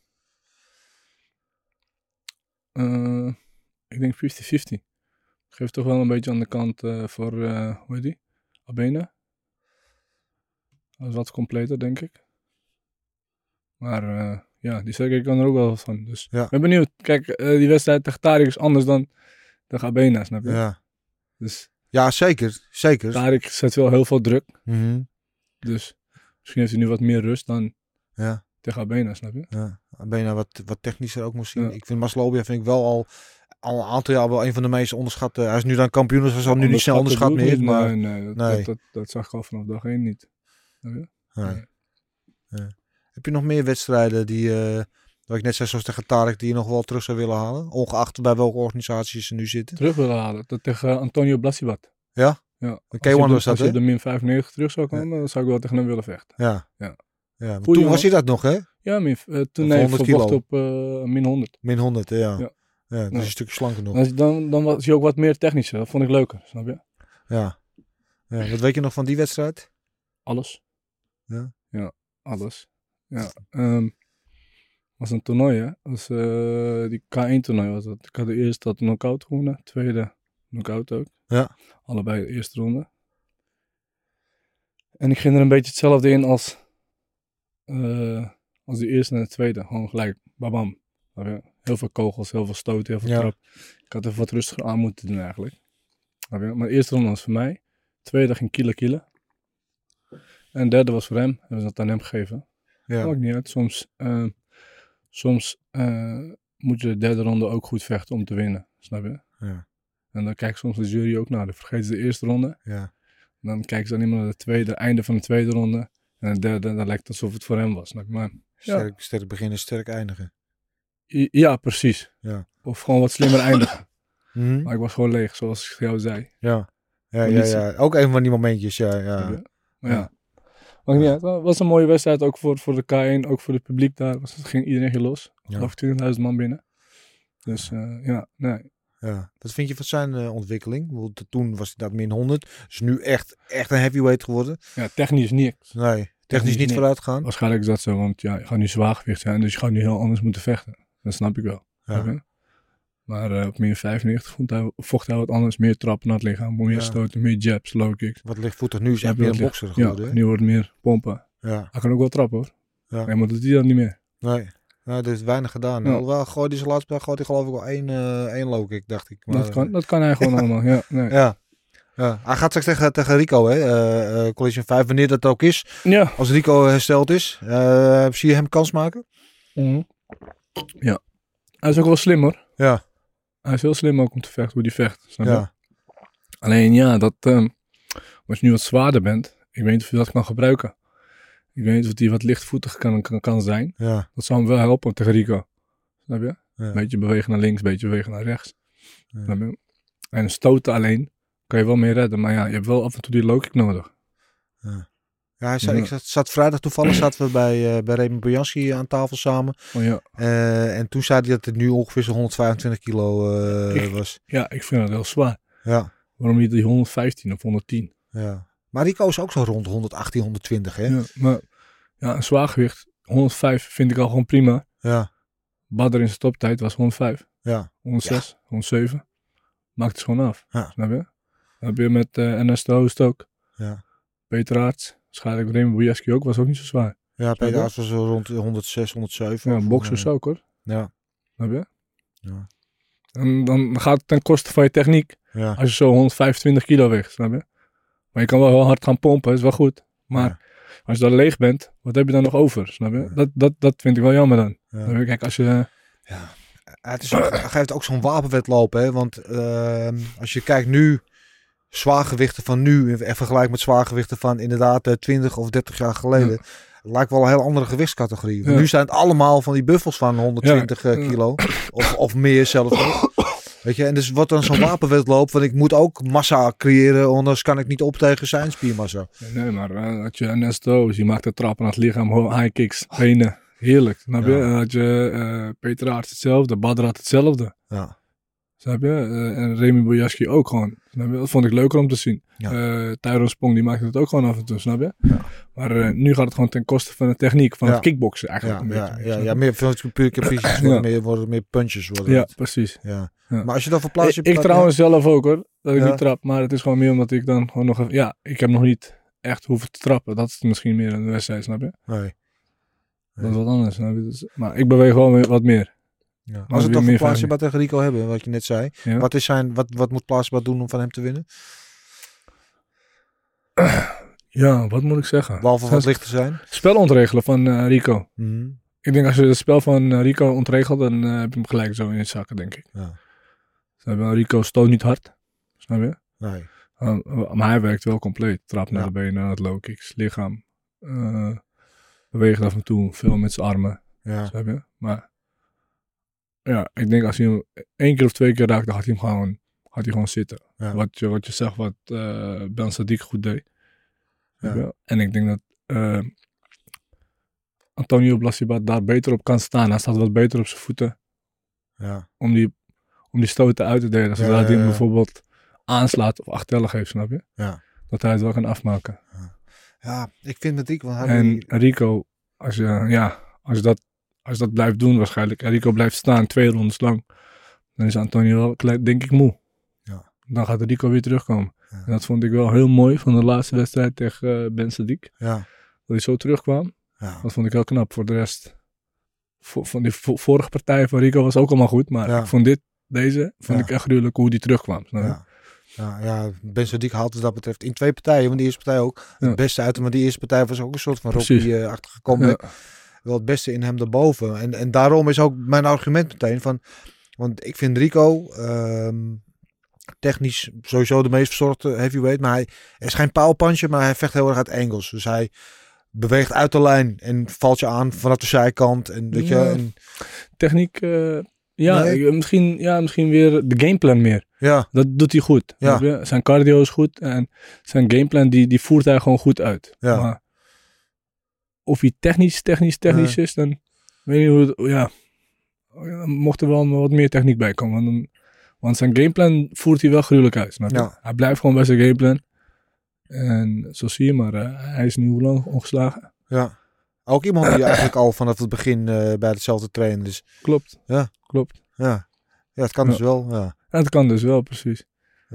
Uh, ik denk vijftig vijftig. Geeft toch wel een beetje aan de kant uh, voor, uh, hoe heet die? Abena. Dat is wat completer, denk ik. Maar uh, ja, die zeker kan er ook wel wat van. Dus Ja. ik ben benieuwd. Kijk, uh, die wedstrijd tegen Tariq is anders dan tegen Abena, snap je? Ja, Dus ja zeker. Zeker. Tariq zet wel heel veel druk. Mhm. Dus misschien heeft hij nu wat meer rust dan Ja. tegen Abena, snap je? Ja. Abena wat, wat technischer ook misschien. Ja. Ik vind Maslobi vind ik wel al, al een aantal jaar wel een van de meest onderschatte. Hij is nu dan kampioen, dus hij zal nu niet snel onderschat Onderschatten meer. doe ik niet. Maar Nee, nee, dat, nee. Dat, dat, dat zag ik al vanaf dag één niet. Snap je? nee. Nee. Ja. Heb je nog meer wedstrijden die, uh, wat ik net zei, zoals tegen Tariq, die je nog wel terug zou willen halen? Ongeacht bij welke organisaties ze nu zitten. Terug willen halen. Dat tegen Antonio Blasibat. Ja? Ja. De Als K hij één op was de- dat, Als hij hè? op de min vijfennegentig terug zou komen, Ja. dan zou ik wel tegen hem willen vechten. Ja. Ja. Ja, want Goeie toen was jongen. hij dat nog, hè? Ja, min, uh, toen Voor nee, honderd verwacht kilo. op uh, min honderd. Min honderd, hè, ja. Ja. Ja, dat is Ja. een stukje slanker nog. Dan, dan, dan was hij ook wat meer technischer. Dat vond ik leuker, snap je? Ja. Ja. Wat weet je nog van die wedstrijd? Alles. Ja? Ja, alles. Ja. Um, was een toernooi, hè? Was, uh, die K één toernooi was dat. Ik had de eerste dat knock-out gewonnen. Tweede knock-out ook. Ja. Allebei de eerste ronde. En ik ging er een beetje hetzelfde in als, uh, als de eerste en de tweede. Gewoon gelijk, babam. Heel veel kogels, heel veel stoten, heel veel Ja. trap. Ik had even wat rustiger aan moeten doen eigenlijk. Maar de eerste ronde was voor mij. De tweede ging kilo kilo. En de derde was voor hem. Hebben ze dat aan hem gegeven. Ja. Maakt niet uit. Soms, uh, soms uh, moet je de derde ronde ook goed vechten om te winnen. Snap je? Ja. En dan kijkt soms de jury ook naar. Dan vergeten ze de eerste ronde. Ja. Dan kijken ze alleen maar naar de tweede, einde van de tweede ronde. En de derde, dan lijkt het alsof het voor hem was. Snap je? Maar, ja. Sterk, sterk beginnen, sterk eindigen. I- ja, precies. Ja. Of gewoon wat slimmer eindigen. Mhm. Maar ik was gewoon leeg, zoals ik jou zei. Ja. Ja, Maar ja, niet zo- ja. Ook een van die momentjes, ja. Snap ja. je? Maar ja. Ja. Maakt niet uit. Het was een mooie wedstrijd, ook voor, voor de K één, ook voor het publiek daar. Was, het ging iedereen ging los. Ik Ja. geloof twintigduizend man binnen. Dus uh, ja, nee. Ja. Wat vind je van zijn uh, ontwikkeling? Want toen was hij dat min honderd. Is nu echt, echt een heavyweight geworden. Ja, technisch niks. Nee, technisch, Technisch niet niet. vooruit gaan. Waarschijnlijk is dat zo, want ja, je gaat nu zwaargewicht zijn, dus je gaat nu heel anders moeten vechten. Dat snap ik wel. Snap Ja. je? Maar uh, op min vijfennegentig vocht hij, vocht hij wat anders, meer trappen naar het lichaam, meer Ja. stoten, meer jabs, low kicks. Wat lichtvoetig nu is Snap echt je meer een wat bokser Ja, geworden. hè? nu wordt het meer pompen. Ja. Hij kan ook wel trappen hoor. Ja. Nee, maar dat doet hij dan niet meer. Nee. Nee, er is weinig gedaan. Ja. Alhoewel, gooi die zijn laatste gooit hij geloof ik wel één, uh, één low kick, dacht ik. Maar, Dat kan, dat kan hij gewoon allemaal. Ja, nee. Ja. Ja. Hij gaat straks tegen, tegen Rico, hè? Uh, uh, Collision vijf, wanneer dat ook is. Ja. Als Rico hersteld is, uh, zie je hem kans maken? Mhm. Ja. Hij is ook wel slim hoor. Ja. Hij is heel slim ook om te vechten, hoe hij vecht. Snap je? Ja. Alleen ja, dat, um, als je nu wat zwaarder bent, ik weet niet of je dat kan gebruiken. Ik weet niet of hij wat lichtvoetig kan, kan, kan zijn. Ja. Dat zou hem wel helpen tegen Rico. Snap je? Ja. Een beetje bewegen naar links, een beetje bewegen naar rechts. Ja. Snap je? En stoten alleen kan je wel mee redden. Maar ja, je hebt wel af en toe die low kick nodig. Ja. Ja, hij zei, Ja. ik zat, zat vrijdag toevallig zaten we bij, uh, bij Raymond Bojanski aan tafel samen. Oh, ja. Uh, en toen zei hij dat het nu ongeveer zo'n honderdvijfentwintig kilo uh, Ik- was. ja, ik vind dat heel zwaar. Ja. Waarom niet die honderdvijftien of honderdtien? Ja. Maar Rico is ook zo rond honderdachttien, honderdtwintig, hè? Ja, maar ja, een zwaargewicht, honderdvijf vind ik al gewoon prima. Ja. Badr in zijn toptijd was honderdvijf, Ja. honderdzes, honderdzeven. Maakt het gewoon af. Ja. Snap je? Dan heb je met uh, N S de Hoost ook. Ja. Peter Aerts. Waarschijnlijk Raymond Bojaski ook. Was ook niet zo zwaar. Ja, Peter je? Aerts was zo rond honderdzes, honderdzeven. Ja, Of- boxers ook hoor. Ja. Snap je? Ja. En dan gaat het ten koste van je techniek. Ja. Als je zo honderdvijfentwintig kilo weegt. Snap je? Maar je kan wel heel hard gaan pompen. Is wel goed. Maar Ja. als je dan leeg bent. Wat heb je dan nog over? Snap je? Ja. Dat, dat, dat vind ik wel jammer dan. Ja. Snap je? Kijk, als je... Het is ook, hij geeft ook zo'n wapenwedloop, hè? Want uh, als je kijkt nu, zwaargewichten van nu, en vergelijkt met zwaargewichten van inderdaad uh, twintig of dertig jaar geleden, Ja. het lijkt wel een heel andere gewichtscategorie. Want Ja. nu zijn het allemaal van die buffels van honderdtwintig Ja. uh, kilo, of, of meer zelfs nog. Weet je, en dus wordt dan zo'n wapenwedloop, want ik moet ook massa creëren, anders kan ik niet op tegen zijn spiermassa. Nee, maar uh, had je N S de Hoost. Je maakt de trappen naar het lichaam. ho- High kicks. Benen. Heerlijk. Snap je? Ja. En had je uh, Peter Aerts hetzelfde. Badr had hetzelfde. Ja. Snap je? Uh, en Remy Bojaski ook gewoon. Snap je? Dat vond ik leuker om te zien. Ja. Uh, Tyrone Spong die maakte het ook gewoon af en toe, snap je? Ja. Maar uh, nu gaat het gewoon ten koste van de techniek, van Ja. het kickboksen eigenlijk. Ja, een ja, beetje, ja, snap ja, je? meer puur visies worden, Ja. meer, worden meer punches worden. Ja, het. precies. Ja. Ja. Maar als je dan verplaatst... Ik, ik trouwens zelf ook hoor, dat ik Ja. niet trap. Maar het is gewoon meer omdat ik dan gewoon nog... even- Ja, ik heb nog niet echt hoeven te trappen. Dat is misschien meer een wedstrijd, snap je? Nee. Dat is wat anders, snap je? Dus, maar ik beweeg wel weer wat meer. Ja. Als weer we het dan meer voor Plaatsje tegen Rico hebben, wat je net zei. Ja. Wat, is zijn, wat, wat moet Plaatsje doen om van hem te winnen? Ja, wat moet ik zeggen? Behalve wat lichter zijn. Spel ontregelen van uh, Rico. Mhm. Ik denk als je het spel van uh, Rico ontregelt, dan uh, heb je hem gelijk zo in je zakken, denk ik. Ja. Snap je? Rico stoot niet hard. Snap je? Nee. Uh, maar hij werkt wel compleet. Trap naar Ja. de benen, naar het low kicks, lichaam. Uh, beweegt af en toe, veel met zijn armen. Ja. Snap je? Maar ja, ik denk als hij hem één keer of twee keer raakt, dan gaat hij hem gewoon, gaat hij gewoon zitten. Ja. Wat, je, wat je zegt, wat uh, Ben Sadiq goed deed. Snap Ja. je? En ik denk dat uh, Antonio Blasibat daar beter op kan staan. Hij staat wat beter op zijn voeten Ja. om die, om die stoten uit te delen. Ja, Zodra ja, hij hem ja. bijvoorbeeld aanslaat of achterlijk geeft, snap je? Ja. Dat hij het wel kan afmaken. Ja, ik vind het ik, want hij En die- Rico, als je, ja, als je, dat, als je dat blijft doen waarschijnlijk, en Rico blijft staan twee rondes lang, dan is Antonio wel, klein- denk ik, moe. Ja. Dan gaat Rico weer terugkomen. Ja. En dat vond ik wel heel mooi van de laatste wedstrijd tegen uh, Ben Sadiq. Ja. Dat hij zo terugkwam. Ja. Dat vond ik heel knap. Voor de rest, voor, van die vo- vorige partijen van Rico was ook allemaal goed. Maar Ja. ik vond dit, deze, vond Ja. ik echt gruwelijk hoe die terugkwam. Snap je? Ja. Ja, ja, Ben Sadiq haalt wat dat betreft in twee partijen, want die eerste partij ook Ja. het beste uit, maar die eerste partij was ook een soort van Precies. Rocky-achtige comeback. Ja. Wel het beste in hem daarboven. En, en daarom is ook mijn argument meteen van, want ik vind Rico ehm, technisch sowieso de meest verzorgde heavyweight, maar hij, hij is geen paalpuncher, maar hij vecht heel erg uit angles. Dus hij beweegt uit de lijn en valt je aan vanaf de zijkant. En, weet je, Ja. en, Techniek, uh, ja, Nee. ik- misschien, ja, misschien weer de gameplan meer. ja, Dat doet hij goed. Ja. snap je? Zijn cardio is goed en zijn gameplan die, die voert hij gewoon goed uit. Ja. Maar of hij technisch, technisch, technisch is, dan weet je hoe het, ja, dan mocht er wel wat meer techniek bij komen. Want, dan- want zijn gameplan voert hij wel gruwelijk uit. Snap je? Ja. Hij blijft gewoon bij zijn gameplan. En zo zie je maar, uh, hij is nu hoe lang ongeslagen? ja. Ook iemand die eigenlijk al vanaf het begin uh, bij hetzelfde trainen. Dus Klopt. Ja. Klopt. ja, ja het kan Ja. dus wel. Ja. En dat kan dus wel, precies.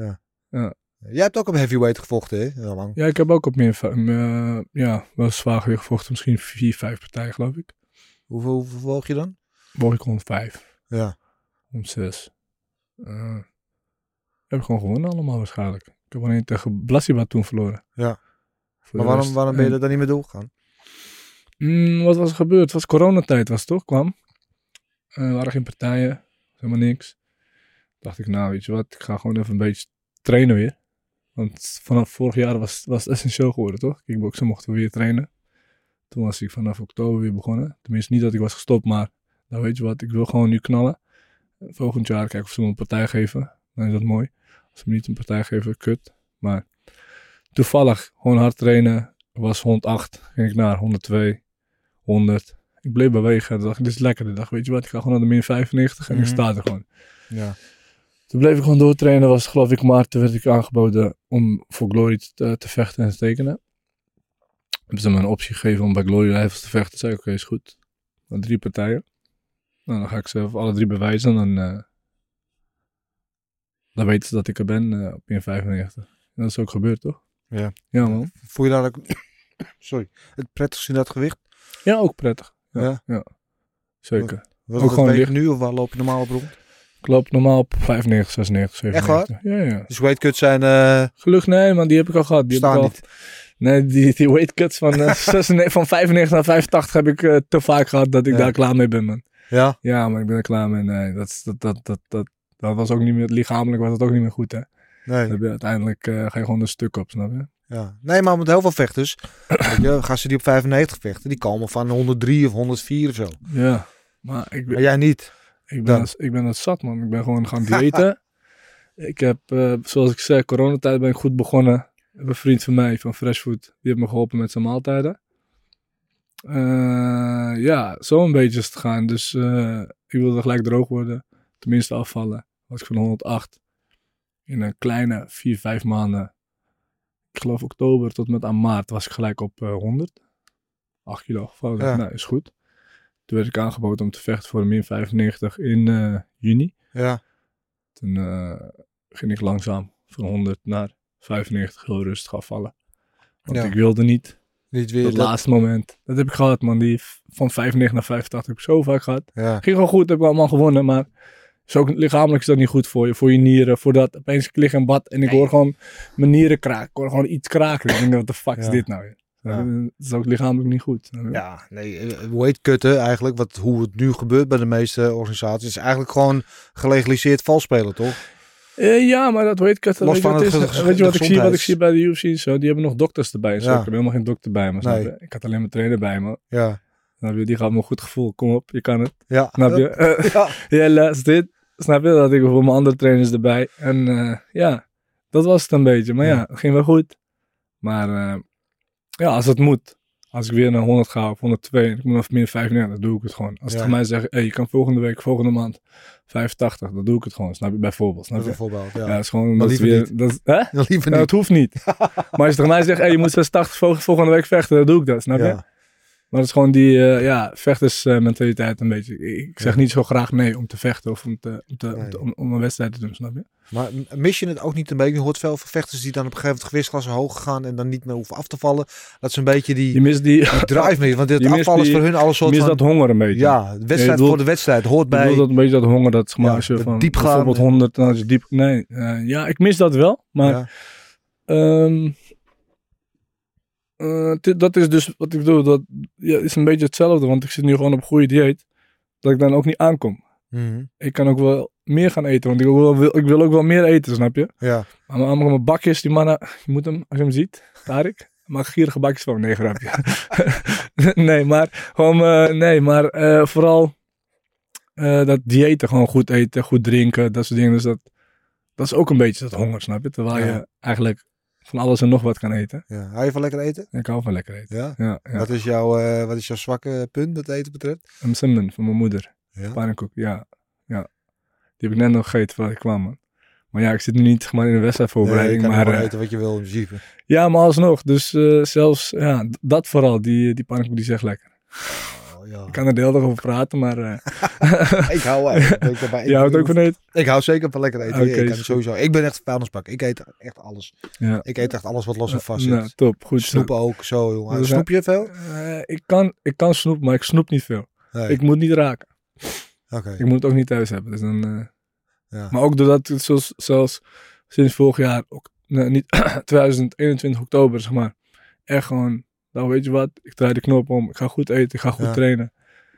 Jij hebt ook op heavyweight gevochten, hè? Heel lang. Ja, ik heb ook op meer, uh, ja, wel zwaar gewicht gevochten. Misschien vier, vijf partijen, geloof ik. Hoeveel, hoeveel woog je dan? Woog ik honderd vijf, Ja. honderd zes. Uh, heb ik gewoon gewonnen allemaal waarschijnlijk. Ik heb alleen tegen Blasibat toen verloren. Ja. Voor Maar de waarom, rest- waarom ben je en- er dan niet meer doorgegaan? Mm, wat was er gebeurd? Het was coronatijd, was het toch? Kwam. Uh, er waren geen partijen. Helemaal niks. Dacht ik, nou weet je wat, ik ga gewoon even een beetje trainen weer. Want vanaf vorig jaar was, was het essentieel geworden, toch? Kickboksen mochten we weer trainen. Toen was ik vanaf oktober weer begonnen. Tenminste, niet dat ik was gestopt, maar nou weet je wat, ik wil gewoon nu knallen. Volgend jaar kijken of ze me een partij geven. Dan is dat mooi. Als ze me niet een partij geven, kut. Maar toevallig gewoon hard trainen. Was honderdacht, ging ik naar honderdtwee, honderd. Ik bleef bewegen. Toen dacht ik, dit is lekker. Ik dacht, weet je wat, ik ga gewoon naar de min vijfennegentig en ik Mhm. sta er gewoon. Ja. Toen bleef ik gewoon doortrainen. Was geloof ik maart, toen werd ik aangeboden om voor Glory te, te vechten en te tekenen. Hebben ze me een optie gegeven om bij Glory Rivals te vechten. Zei ik, oké, is goed. Dan drie partijen. Nou, dan ga ik zelf alle drie bewijzen. Dan, uh, dan weten ze dat ik er ben uh, op min vijfennegentig. En dat is ook gebeurd, toch? Ja. Ja, man. Voel je daar ook sorry, het prettigst in dat gewicht? Ja, ook prettig. Ja, Ja? ja. Zeker. Was Ook het gewoon wegen licht. nu of waar loop je normaal op rond? Ik loop normaal op vijfennegentig, zesennegentig, zevenennegentig. Echt Ja, ja. Dus weightcuts zijn uh, Gelukkig, nee, man, die heb ik al gehad. Die heb staan ik al, niet. Nee, die, die weightcuts van, uh, zesennegentig, van vijfennegentig naar vijfentachtig heb ik uh, te vaak gehad dat ik Ja. daar klaar mee ben, man. Ja? Ja, maar ik ben er klaar mee. Nee, dat, is- dat, dat, dat, dat, dat was ook niet meer, lichamelijk was het ook niet meer goed, hè. Dan Nee. heb je, uiteindelijk uh, ga je gewoon een stuk op, snap je? Ja. Nee, maar met heel veel vechters, weet je, gaan ze die op vijfennegentig vechten, die komen van honderddrie of honderdvier of zo. Ja, maar ik ben, Maar jij niet. ik ben, dan. dat, ik ben dat zat, man. Ik ben gewoon gaan diëten. Ik heb, uh, zoals ik zei, coronatijd ben ik goed begonnen. Ik heb een vriend van mij van Fresh Food, die heeft me geholpen met zijn maaltijden. Uh, ja, zo een beetje is het gaan. Dus uh, ik wilde gelijk droog worden. Tenminste afvallen. was ik van honderdacht. In een kleine vier, vijf maanden. Ik geloof oktober tot met aan maart was ik gelijk op uh, honderd. acht kilo gevallen. Ja. Nou, is goed. Toen werd ik aangeboden om te vechten voor een min vijfennegentig in uh, juni. Ja. Toen uh, ging ik langzaam van honderd naar vijfennegentig heel rustig afvallen. Want Ja. ik wilde niet. Niet weer Dat dat- laatste moment. Dat heb ik gehad, man. Die v- van vijfennegentig naar vijfentachtig heb ik zo vaak gehad. Ja. Ging gewoon goed, heb ik allemaal gewonnen. Maar is ook, lichamelijk is dat niet goed voor je. Voor je nieren. Voor dat opeens ik lig in bad en ik hoor gewoon mijn nieren kraken. Ik hoor gewoon iets kraken. Ik denk, wat de fuck is Ja. dit nou weer? Ja. Dat is ook lichamelijk niet goed. Ja, nee, eh, hoe heet kutten eigenlijk? Wat, hoe het nu gebeurt bij de meeste organisaties. Is eigenlijk gewoon gelegaliseerd valspelen, toch? Uh, ja, maar dat weet ik. Het, Los weet, je van wat het is, ge- weet je wat de ik zie? Wat ik gezondheids- zie bij de U F C? en Zo, die hebben nog dokters erbij. En zo. Ja. Ik heb helemaal geen dokter bij me. Snap Nee. je? Ik had alleen mijn trainer bij me. Ja. Snap je? Die gaf me een goed gevoel. Kom op, je kan het. Ja. Snap je? Uh, Ja. ja, laatst dit. Snap je? Dat had ik voor mijn andere trainers erbij. En uh, ja, dat was het een beetje. Maar ja, Ja. het ging wel goed. Maar uh, ja, als het moet. Als ik weer naar honderd ga of honderdtwee en ik moet nog min vijfennegentig, dan doe ik het gewoon. Als Ja. ze tegen mij zeggen, hey, je kan volgende week, volgende maand vijfentachtig, dan doe ik het gewoon. Snap je? Bijvoorbeeld. Snap je? Bijvoorbeeld, ja. Ja, dat is gewoon... Maar Dat is liever weer, dat is, hè? Ja, liever Ja, niet. dat hoeft niet. Maar als je tegen mij zegt, hey, je moet zesentachtig vol- volgende week vechten, dan doe ik dat. Snap je? Ja. Maar het is gewoon die uh, ja, vechtersmentaliteit een beetje. Ik, ik zeg Ja. niet zo graag nee om te vechten of om, te, om, te, om, Nee. te- om, om een wedstrijd te doen, snap je? Maar mis je het ook niet een beetje? Je hoort veel van vechters die dan op een gegeven moment gewichtsklasse hoog gaan en dan niet meer hoeven af te vallen. Dat is een beetje die, Je mist die... die drive mee. Want dit je mist afvallen is die- voor hun alles Je soort mist van... dat honger een beetje. Ja, de wedstrijd Je bedoelt- voor de wedstrijd hoort Ik bij... bedoel dat een beetje dat honger, dat zeg maar, Ja, als je dat van diep gaan bijvoorbeeld en- honderd, dan als je diep... Nee, uh, ja, ik mis dat wel, maar... Ja. Ehm, uh, dit- dat is dus wat ik doe. Dat ja, is een beetje hetzelfde, want ik zit nu gewoon op een goede dieet. Dat ik dan ook niet aankom. Mhm. Ik kan ook wel meer gaan eten, want ik wil, wil, ik wil ook wel meer eten, snap je? Ja. Maar mijn, mijn bakjes, die mannen, je moet hem, als je hem ziet, Tarik, maak gierige bakjes van. Nee, grapje. nee, maar gewoon, uh, nee, maar uh, vooral uh, dat diëten, gewoon goed eten, goed drinken, dat soort dingen. Dus dat, dat is ook een beetje dat honger, snap je? Terwijl Ja. je eigenlijk van alles en nog wat kan eten. Ja. Hou je van lekker eten? Ik hou van lekker eten. Ja. Ja, ja. Wat, is jouw, uh, wat is jouw zwakke punt wat eten betreft? Een simmen van mijn moeder. Ja. Pannenkoek, ja. ja. Die heb ik net nog gegeten voordat ik kwam, man. Maar ja, ik zit nu niet zeg maar, in de wedstrijdvoorbereiding. Nee, je kan maar, gewoon uh, eten wat je wil in principe. ja, maar alsnog. Dus uh, zelfs, ja, d- dat vooral. Die, die pannenkoek, die is echt lekker. Oh, ja. Ik kan er de hele dag over praten, maar... Uh, ik hou eigenlijk. Ik, daarbij- je houdt ook van eten? ik hou zeker van lekker eten. Oké, ik, kan is goed. sowieso. Ik ben echt een vuilnisbak. Ik eet echt alles. Ja. Ik eet echt alles wat los en vast zit. Nou, top. Goed. Snoep ook, zo jongen. Dus, Snoep je veel? Uh, ik, kan, ik kan snoep, maar ik snoep niet veel. Nee. Ik moet niet raken. Oké. Ik moet het ook niet thuis hebben. Dus dan, uh, Ja. Maar ook doordat het zoals, zelfs sinds vorig jaar, ook, nee, niet twintig eenentwintig oktober, zeg maar. Echt gewoon, nou weet je wat, ik draai de knop om, ik ga goed eten, ik ga goed Ja. trainen.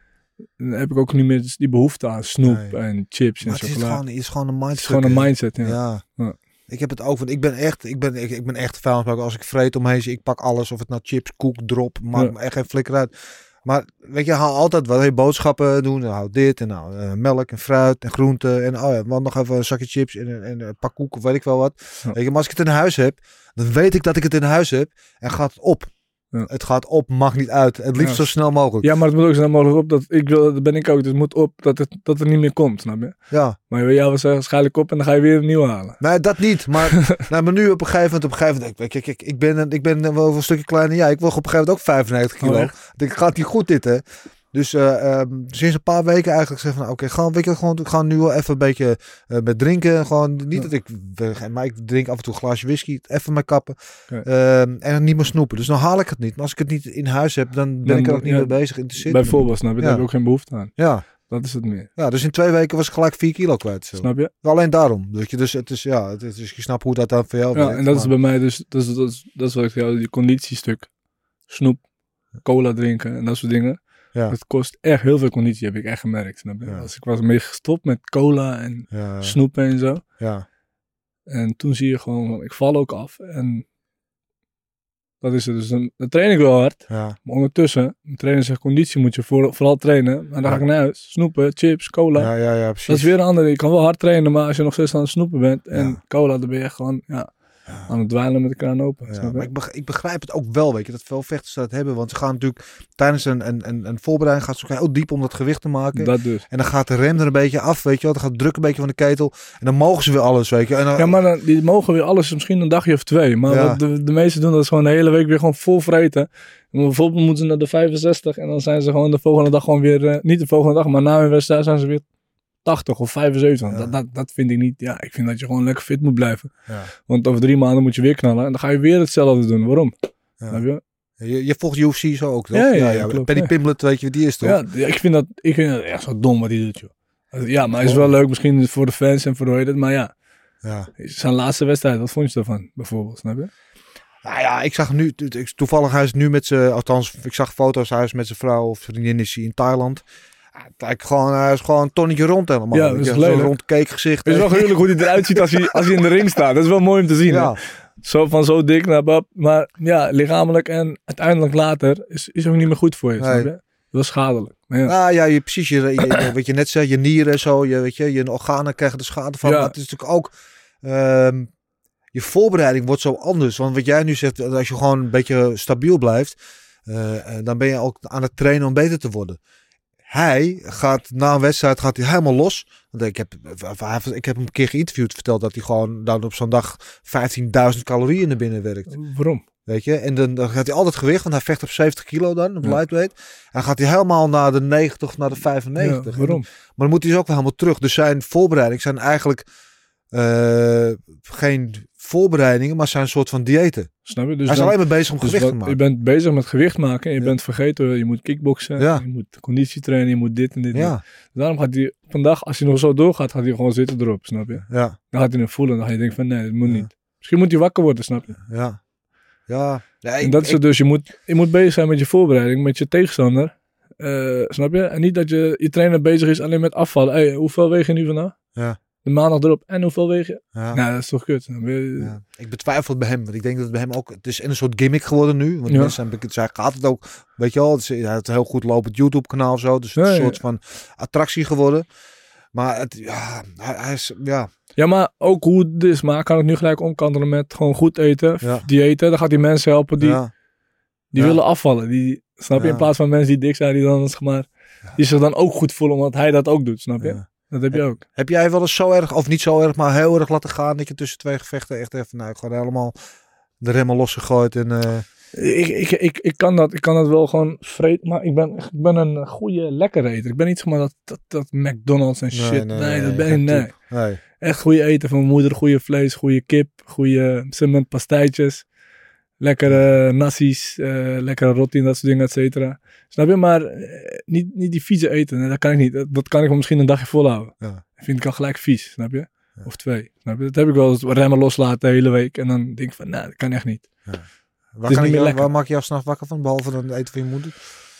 Dan heb ik ook niet meer die behoefte aan snoep Nee. en chips Maar en het is chocola. gewoon, het is gewoon een mindset. Het is gewoon een hè? mindset, ja. Ja. Ja. Ik heb het ook, want ik ben echt, ik ben, ik, ik ben echt vuilnisbak. Als ik vreet omheen zie, ik pak alles. Of het nou chips, koek, drop, maakt Ja. me echt geen flikker uit. Maar weet je, haal altijd wat. Hey, boodschappen doen, dan hou dit en nou uh, melk en fruit en groenten. En oh ja, want nog even een zakje chips en, en, en een pak koek of weet ik wel wat. Ja. Weet je, maar als ik het in huis heb, dan weet ik dat ik het in huis heb. En gaat het op. Ja. Het gaat op, mag niet uit. Het liefst Ja. zo snel mogelijk. Ja, maar het moet ook zo snel mogelijk op. Dat ik wil, dat ben ik ook. Dus het moet op dat het, dat het niet meer komt, snap je? Ja. Maar bij jou was het waarschijnlijk op en dan ga je weer een nieuwe halen. Nee, dat niet. Maar, nou, maar nu op een gegeven moment, op een gegeven moment, kijk, kijk, kijk, ik ben, een- ik ben wel een stukje kleiner. Ja, ik woog op een gegeven moment ook vijfennegentig kilo. Oh, Ik denk, gaat niet goed dit, hè? Dus uh, um, sinds een paar weken eigenlijk zeggen van, oké, okay, gewoon, weet je, gewoon, ik ga nu wel even een beetje uh, met drinken. Gewoon, niet Ja. dat ik, maar ik drink af en toe een glaasje whisky, even mijn kappen. Okay. Um, en niet meer snoepen. Dus dan haal ik het niet. Maar als ik het niet in huis heb, dan ben Dan- ik er ook niet ja, mee bezig in te zitten. Bijvoorbeeld, snap je? Daar Ja. heb ik ook geen behoefte aan. Ja. Dat is het meer. Ja, dus in twee weken was ik gelijk vier kilo kwijt. Zo. Snap je? Alleen daarom. Dat je, dus het is, ja, het is, dus je snapt hoe dat dan voor jou Ja, werkt, en dat is maar- bij mij dus, dat is, dat is, dat is wat ik jou, die conditiestuk. Snoep, cola drinken en dat soort dingen. Ja. Het kost echt heel veel conditie, heb ik echt gemerkt. Snap je? Ja. Als ik was mee gestopt met cola en Ja, snoepen en zo. ja. En toen zie je gewoon, ik val ook af. En dat is het. Dus dan, dan train ik wel hard. Ja, Maar ondertussen, mijn trainer zegt conditie moet je voor, vooral trainen. Maar dan ga ik naar huis. Snoepen, chips, cola. ja, ja, ja, precies. Dat is weer een andere. Je kan wel hard trainen, maar als je nog steeds aan het snoepen bent en Ja. cola, dan ben je echt gewoon, ja. aan het dweilen met de kraan open. Ja, snap je? maar ik, beg- ik begrijp het ook wel, weet je, dat veel vechters dat hebben. Want ze gaan natuurlijk tijdens een, een, een, een voorbereiding gaat ze ook heel diep om dat gewicht te maken. Dat dus. En dan gaat de rem er een beetje af, weet je wel. Dan gaat de druk een beetje van de ketel. En dan mogen ze weer alles, weet je. En dan, Ja, maar dan, die mogen weer alles, misschien een dagje of twee. Maar Ja. wat de, de meesten doen dat is gewoon de hele week weer gewoon vol vreten. En bijvoorbeeld moeten ze naar de vijfenzestig en dan zijn ze gewoon de volgende dag gewoon weer, uh, niet de volgende dag, maar na een wedstrijd zijn ze weer tachtig of vijfenzeventig. Ja. Dat, dat, dat vind ik niet, ja, ik vind dat je gewoon lekker fit moet blijven. Ja. Want over drie maanden moet je weer knallen en dan ga je weer hetzelfde doen. Waarom? Ja. Snap je? Je, je volgt U F C zo ook, toch? Ja, ja, ja, klopt, Penny ja. Pimblett, weet je wat die is, toch? Ja, ja, ik vind dat, ik vind dat echt zo dom wat hij doet, joh. Ja, maar het is wel leuk misschien voor de fans en voor hoe heet het, maar ja. Ja. Zijn laatste wedstrijd, wat vond je daarvan, bijvoorbeeld, snap je? Nou ja, ik zag nu, toevallig hij is nu met zijn, althans, ik zag foto's, hij is met zijn vrouw of vriendin is hij in Thailand. Ja, het lijkt gewoon, hij is gewoon een tonnetje rond helemaal. Ja, dat is Zo'n lelijk. rond cakegezicht. Het is wel gruwelijk hoe hij eruit ziet als hij, als hij in de ring staat. Dat is wel mooi om te zien. Ja. Hè? Zo van zo dik naar bab. Maar ja, lichamelijk en uiteindelijk later is, is ook niet meer goed voor je. Nee. Snap je? Dat is schadelijk. Maar ja. Nou ja, je, precies, je, je, wat je net zei, je nieren en zo, je, weet je, je organen krijgen er schade van. Ja. Maar het is natuurlijk ook, ehm, je voorbereiding wordt zo anders. Want wat jij nu zegt, als je gewoon een beetje stabiel blijft, uh, dan ben je ook aan het trainen om beter te worden. Hij gaat na een wedstrijd gaat hij helemaal los. Want ik heb, ik heb hem een keer geïnterviewd, verteld dat hij gewoon dan op zo'n dag vijftienduizend calorieën naar binnen werkt. Waarom? Weet je, en dan, dan gaat hij altijd gewicht, want hij vecht op zeventig kilo dan, op Ja. lightweight. En dan gaat hij helemaal naar de negentig of naar de vijfennegentig. Ja, waarom? Maar dan moet hij dus ook weer helemaal terug. Dus zijn voorbereidingen zijn eigenlijk uh, geen voorbereidingen, maar zijn een soort van diëten. Snap je? Dus hij is dan, alleen maar bezig om dus gewicht wat, te maken. je bent bezig met gewicht maken en je Ja. bent vergeten, je moet kickboksen, Ja. je moet conditie trainen, je moet dit en dit. en Ja, dit. Daarom gaat hij vandaag, als hij nog zo doorgaat, gaat hij gewoon zitten erop, snap je? ja, Dan gaat hij het voelen en dan ga je denken van nee, dat moet Ja. niet. Misschien moet hij wakker worden, snap je? ja. Ja, ja ik, En dat is ik- het dus, je moet, je moet bezig zijn met je voorbereiding, met je tegenstander. Eh, snap je? En niet dat je, je trainer bezig is alleen met afvallen. Hey, hoeveel weeg je nu vandaag? Ja. De maandag erop. En hoeveel weeg je? ja. Nou, dat is toch kut. Dan ben je- Ja, ik betwijfel het bij hem, want ik denk dat het bij hem ook, het is een soort gimmick geworden nu, want Ja. mensen zijn bekend, hij gaat het ook, weet je wel, het is, hij heeft een heel goed lopend YouTube kanaal of zo, dus het is Ja, een ja. soort van attractie geworden, maar het, ja, hij, hij is, ja, Ja, maar ook hoe het is, maar kan het nu gelijk omkantelen met gewoon goed eten, Ja. diëten. Dan gaat die mensen helpen die, ja, die Ja. willen afvallen. Die, snap je? Ja. In plaats van mensen die dik zijn, die dan zeg maar, die zich dan ook goed voelen omdat hij dat ook doet, snap je? ja. Dat heb je ook. Heb jij wel eens zo erg, of niet zo erg, maar heel erg laten gaan dat je tussen twee gevechten echt even, nou, gewoon helemaal de remmen losgegooid en, uh, Ik, ik, ik, ik, kan dat, ik kan dat wel gewoon vreten, maar ik ben, ik ben een goede lekker eter. Ik ben niet zeg maar dat, dat, dat McDonald's en shit. Nee, dat ben ik geen nee. toe. Nee. Echt goede eten van mijn moeder, goede vlees, goede kip, goede cement pastijtjes, lekkere nassi's, uh, lekkere roti en dat soort dingen, et cetera. Snap je? Maar uh, niet, niet die vieze eten, nee, dat kan ik niet. Dat, dat kan ik wel misschien een dagje volhouden. Ja. Dat vind ik al gelijk vies, snap je? Ja. Of twee, snap je? Dat heb ik wel eens remmen loslaten de hele week en dan denk ik van, nou, dat kan echt niet. Waar, is kan niet ik meer jou, lekker. waar maak je jou s'nachts wakker van, behalve dan het eten van je moeder?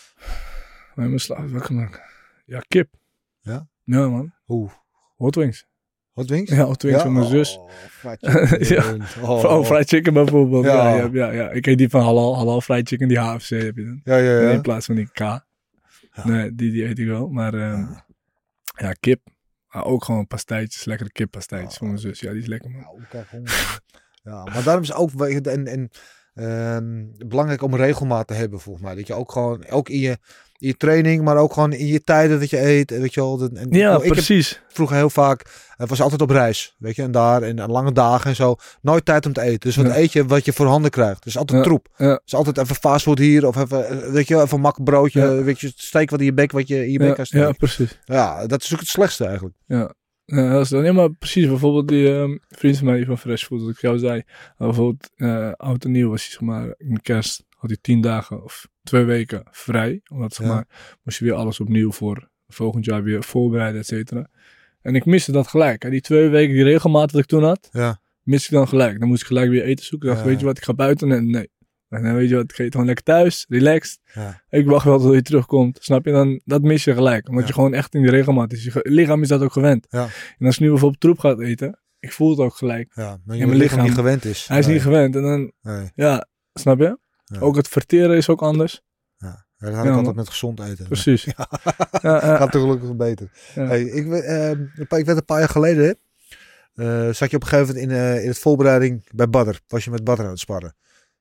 Maar mijn slaap wakker maken. Ja, kip. Ja? Ja, man. Oeh, Hot wings. hot wings? Ja, hot wings van mijn zus. Oh, fried chicken. Ja. Oh. Oh, fried chicken bijvoorbeeld. Ja, Ja. ja, ja, ja. Ik eet die van halal, halal fried chicken, die H F C heb je dan. Ja, ja, ja. In plaats van die K. Nee, die, die eet ik wel. Maar ehm, ja, kip. Maar ook gewoon pastijtjes, lekkere kippastijtjes van mijn zus. Ja, die is lekker, man. Nou, ik krijg honger. Ja, maar daarom is het ook weet je, en, en, ehm, belangrijk om regelmaat te hebben, volgens mij. Dat je ook gewoon, ook in je, in je training, maar ook gewoon in je tijden dat je eet. Weet je wel. Dat- En, Ja, ik heb precies. vroeger heel vaak, het was altijd op reis, weet je. En daar, en, en lange dagen en zo. Nooit tijd om te eten. Dus wat Ja. eet je wat je voor handen krijgt. Dus altijd Ja, troep. ja. Dus altijd even fastfood hier, of even, eh, weet je wel, even een makbroodje. Ja. Weet je, steek wat in je bek, wat je in je bek Ja, kan steken. ja, precies. Ja, dat is ook het slechtste eigenlijk. Ja. Ja, dat is dan, ja, maar precies. Bijvoorbeeld die ehm, vriend van mij van Fresh Food, wat ik jou zei. Bijvoorbeeld, eh oud en nieuw was hij, zeg maar, in kerst had hij tien dagen of twee weken vrij. Omdat, zeg Ja. maar, moest je weer alles opnieuw voor volgend jaar weer voorbereiden, et cetera. En ik miste dat gelijk. Hè. Die twee weken, die regelmaat dat ik toen had, Ja. miste ik dan gelijk. Dan moest ik gelijk weer eten zoeken. Ik dacht, Ja. weet je wat, ik ga buiten en nee. En dan weet je wat, ik eet gewoon lekker thuis, relaxed. Ja. Ik wacht wel tot je terugkomt. Snap je? Dan, dat mis je gelijk. Omdat Ja. je gewoon echt in die regelmaat is. Je ge- lichaam is dat ook gewend. Ja. En als je nu bijvoorbeeld troep gaat eten, ik voel het ook gelijk. Ja, maar je mijn lichaam, lichaam- niet gewend is. Hij is Nee, niet gewend. En dan, Nee. ja, snap je? Ja. Ook het verteren is ook anders. Ja. Ja, dat had Ja, ik altijd man. met gezond eten. Precies. Ja. Ja, ja. Gaat toch gelukkig beter. Ja. Hey, ik, we- ehm, een paar- ik werd een paar jaar geleden Uh, zat je op een gegeven moment in, uh, in het voorbereiding bij Badr? Was je met Badr aan het sparren?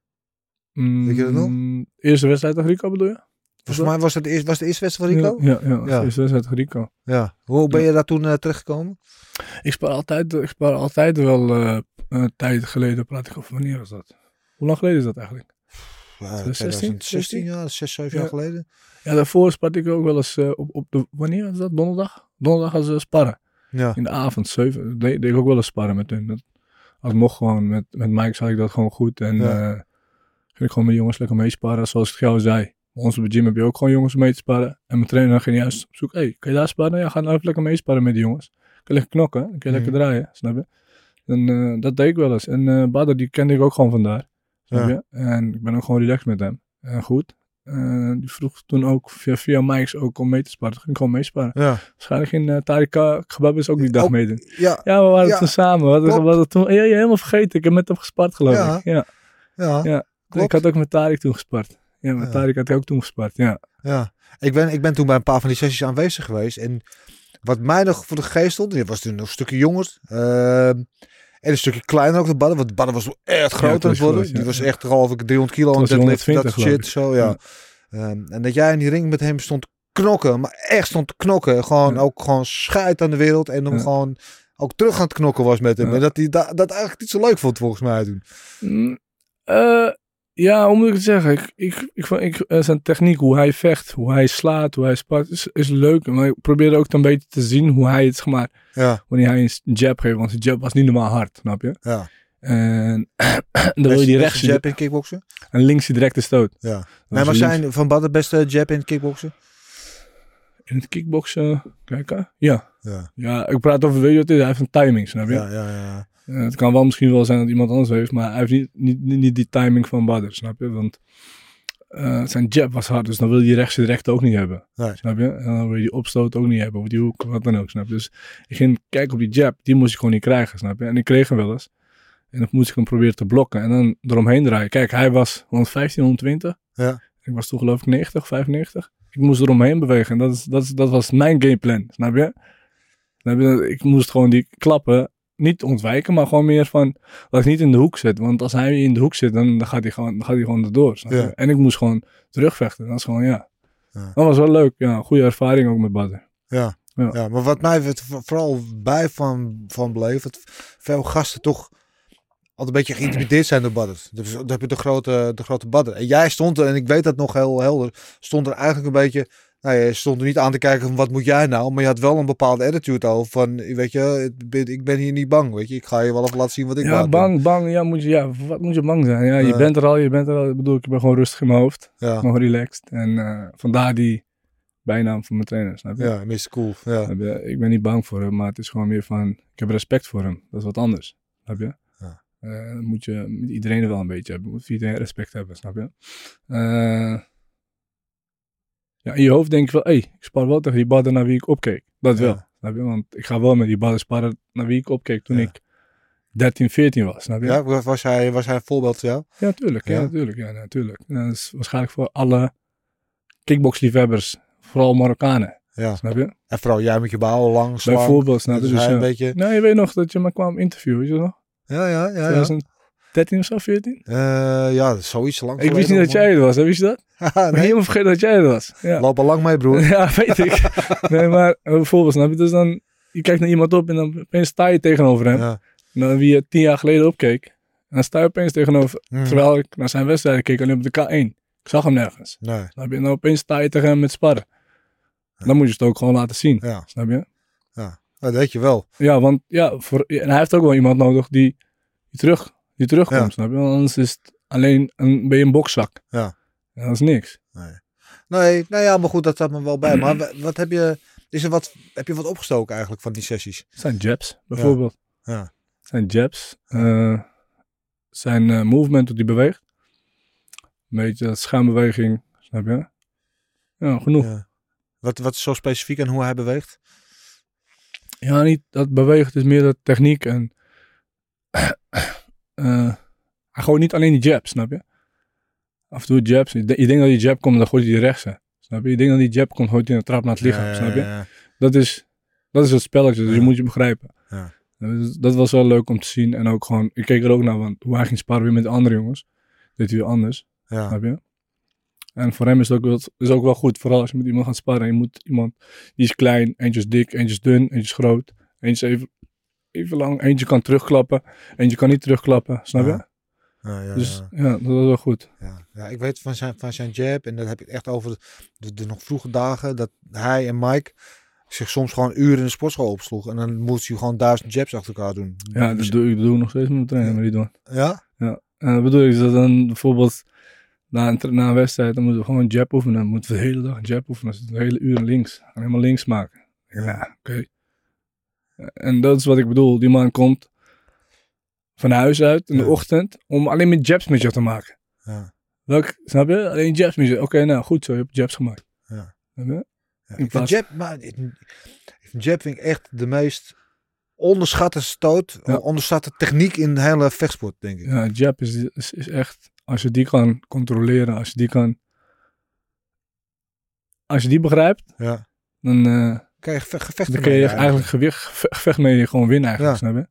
Mm, Weet je dat nog? Eerste wedstrijd tegen Rico bedoel je? Volgens mij was het de eerste, was de eerste wedstrijd van Rico? Ja, ja, ja, ja. De eerste wedstrijd tegen Rico. Ja. Hoe ben je daar toen uh, terechtgekomen? Ik spaar altijd, ik spaar altijd wel uh, een tijd geleden, praat ik over, wanneer was dat? Hoe lang geleden is dat eigenlijk? Ja, twintig zestien, ja, zes, zeven ja. jaar geleden. Ja, daarvoor sparte ik ook wel eens uh, op, op de, wanneer was dat? Donderdag? Donderdag als uh, sparren. Ja. In de avond, zeven, deed, deed ik ook wel eens sparren met hun. Dat, als mocht gewoon, met, met Mike zag ik dat gewoon goed. En ja. uh, ging ik gewoon met jongens lekker meesparren, zoals ik jou zei. Bij ons op de gym heb je ook gewoon jongens mee te sparren. En mijn trainer ging juist op zoek, hé, hey, kan je daar sparren? Ja, ga nou even lekker meesparren met die jongens. Kan je lekker knokken, dan kun je mm. lekker draaien, snap je? En uh, dat deed ik wel eens. En uh, Badr, die kende ik ook gewoon vandaar. Snap je? Ja. En ik ben ook gewoon relaxed met hem. En goed. Uh, die vroeg toen ook via, via Mike's ook om mee te sparren. Toen ging ik gewoon meesparren. Ja. Waarschijnlijk ging uh, Tariq Khababis ook die dag ook, meedoen. Ja. ja, we waren ja. toen samen. We hadden, Klopt. we hadden toen, ja, je helemaal vergeten. Ik heb met hem gespart, geloof ja. ik. Ja. Ja. ja. Ik had ook met Tariq toen gespart. Ja, met ja. Tariq had ik ook toen gespart. Ja. Ja. Ik ben, ik ben toen bij een paar van die sessies aanwezig geweest. En wat mij nog voor de geest stond, die was toen nog een stukje jonger. Uh, En een stukje kleiner ook de Badr, want de Badr was echt groot aan het worden. Ja, die was echt geloof ik driehonderd kilo aan het deadlift, dat shit. Zo, ja. Ja. Um, en dat jij in die ring met hem stond knokken, maar echt stond te knokken. Gewoon ja. ook gewoon scheid aan de wereld en hem ja. gewoon ook terug aan het knokken was met hem. Ja. En dat hij da- dat eigenlijk niet zo leuk vond volgens mij toen. Mm, uh, ja, hoe moet ik het zeggen? Ik, ik, ik, ik, ik, zijn techniek, hoe hij vecht, hoe hij slaat, hoe hij spart, is, is leuk. Maar ik probeerde ook een beetje te zien hoe hij het, zeg maar, ja. wanneer hij een jab geeft. Want zijn jab was niet normaal hard, snap je? Ja. En dan wil je die rechts jab in kickboksen? En links die directe stoot. Ja. Nee, maar zijn links... Van Badr de beste jab in het kickboksen? In het kickboksen, kijken? Ja. Ja. Ja, ik praat over, weet je wat het is? Hij heeft een timing, snap je? Ja, ja, ja. Uh, het kan wel misschien wel zijn dat iemand anders heeft, maar hij heeft niet, niet, niet, niet die timing van Badr, snap je? Want uh, zijn jab was hard, dus dan wil je die rechtse direct ook niet hebben. Nee. Snap je? En dan wil je die opstoot ook niet hebben, of die hoek, wat dan ook, snap je? Dus ik ging kijken op die jab, die moest ik gewoon niet krijgen, snap je? En ik kreeg hem wel eens. En dan moest ik hem proberen te blokken en dan eromheen draaien. Kijk, hij was honderdvijftien, honderdtwintig. Ja. Ik was toen geloof ik negentig, vijfennegentig. Ik moest eromheen bewegen en dat, is, dat, is, dat was mijn gameplan, snap je? Snap je? Ik moest gewoon die klappen niet ontwijken, maar gewoon meer van dat ik niet in de hoek zit. Want als hij in de hoek zit, dan, dan gaat hij gewoon, dan gaat hij gewoon erdoor. Snap je? Ja. En ik moest gewoon terugvechten. Dat is gewoon, ja. ja. Dat was wel leuk. Ja, goede ervaring ook met Badr. Ja. Ja. ja, maar wat mij vooral bij van, van bleef, dat veel gasten toch altijd een beetje geïntimideerd zijn door Badr. Dus dan heb je de grote, de grote Badr. En jij stond er, en ik weet dat nog heel helder, stond er eigenlijk een beetje... Nou, je stond er niet aan te kijken van wat moet jij nou, maar je had wel een bepaalde attitude over van, weet je, ik ben hier niet bang, weet je, ik ga je wel even laten zien wat ik ja, bang, ben. bang, ja, moet je, ja, wat moet je bang zijn? Ja, je uh, bent er al, je bent er al, ik bedoel, ik ben gewoon rustig in mijn hoofd, ja. gewoon relaxed en uh, vandaar die bijnaam van mijn trainer, snap je? Ja, mister Cool, ja. Snap je? Ik ben niet bang voor hem, maar het is gewoon meer van, ik heb respect voor hem, dat is wat anders, snap je? Ja. Uh, dan moet je met iedereen er wel een beetje hebben, moet iedereen respect hebben, snap je? Uh, Ja, in je hoofd denk je wel, hé, hey, ik spar wel tegen die Badr naar wie ik opkeek. Dat ja. wel, snap je? Want ik ga wel met die Badr sparren naar wie ik opkeek toen ja. ik dertien, veertien was, snap je? Ja, was hij, was hij een voorbeeld voor jou? Ja, tuurlijk. Ja, ja natuurlijk. Ja, natuurlijk. Ja, dat is waarschijnlijk voor alle kickboxliefhebbers, vooral Marokkanen. Ja. Snap je? En vooral jij met je bouw lang, slang. Bijvoorbeeld, snap je? Dus, dus ja. een beetje... Nou, je weet nog dat je me kwam interviewen, weet je nog? Ja, ja, ja. twintig dertien of zo, veertien? Uh, ja, dat is zoiets lang Ik wist niet dat jij er was, hè? Wist je dat? nee. Ik ben helemaal vergeten dat jij er was. Ja. Loop al lang mee, broer. Ja, weet ik. Nee, maar bijvoorbeeld, snap je? Dus dan, je kijkt naar iemand op en dan opeens sta je tegenover hem. Ja. En dan wie je tien jaar geleden opkeek. En dan sta je opeens tegenover, mm. terwijl ik naar zijn wedstrijd keek alleen op de K één. Ik zag hem nergens. Nee. Snap je? En dan opeens sta je tegen hem met sparren. Ja. Dan moet je het ook gewoon laten zien. Ja. Snap je? Ja, dat weet je wel. Ja, want ja, voor, en hij heeft ook wel iemand nodig die, die, terug, die terugkomt, ja. Snap je? Want anders is het alleen een, ben je een bokzak. Ja. En dat is niks. Nee. Nee, nou ja, maar goed, dat staat me wel bij. Maar wat heb je, is er wat, heb je wat opgestoken eigenlijk van die sessies? Het zijn jabs, bijvoorbeeld. Ja. Ja. Het zijn jabs. Uh, zijn uh, movement dat die beweegt. Een beetje dat schuimbeweging, snap je? Ja, genoeg. Ja. Wat, wat is zo specifiek aan hoe hij beweegt? Ja, niet dat beweegt, is meer de techniek en uh, hij gooit niet alleen die jabs, snap je? Af en toe jabs. Je denkt dat die jab komt, dan gooit hij die rechtse. Snap je? Je denkt dat die jab komt, gooit hij een trap naar het lichaam, ja, snap je? Ja, ja. Dat is, dat is het spelletje, dus ja. je moet je begrijpen. Ja. Dus dat was wel leuk om te zien. En ook gewoon, ik keek er ook naar, want hoe hij ging sparren weer met de andere jongens. Deed hij weer anders, Ja. snap je? En voor hem is het ook wel, is ook wel goed. Vooral als je met iemand gaat sparren. Je moet iemand, die is klein, eentje is dik, eentje is dun, eentje is groot. Eentje is even, even lang, eentje kan terugklappen, eentje kan niet terugklappen, snap je? Ja. Ja, ja, Dus ja. ja, dat was wel goed. Ja. ja, ik weet van zijn, van zijn jab, en dat heb ik echt over de, de nog vroege dagen, dat hij en Mike zich soms gewoon uren in de sportschool opsloeg. En dan moest hij gewoon duizend jabs achter elkaar doen. Ja, dat doe ik doe ik nog steeds met mijn trainer, maar die doen. Ja? Ja, en dat bedoel ik, is dat dan bijvoorbeeld na een, tra- na een wedstrijd, dan moeten we gewoon een jab oefenen. Dan moeten we de hele dag een jab oefenen. Dan zitten we de hele uur links. En helemaal links maken. Ja, nou, oké. En dat is wat ik bedoel. Die man komt van huis uit in de Ja. ochtend om alleen maar jabs met jou te maken. Ja. Welk, snap je? Alleen jabs met je. Oké, nou goed zo, je hebt jabs gemaakt. Ja. Snap je? Ja, In ik vind plaats- jab, maar ik, ik vind jab vind ik echt de meest onderschatte stoot, Ja. onderschatte techniek in de hele vechtsport, denk ik. Ja, jab is, is, is echt, als je die kan controleren, als je die kan, als je die begrijpt, Ja. dan, eh, Kan je gevecht, gevechten dan kun je mee eigenlijk gewicht, geve- gevecht mee gewoon winnen eigenlijk, Ja. snap je?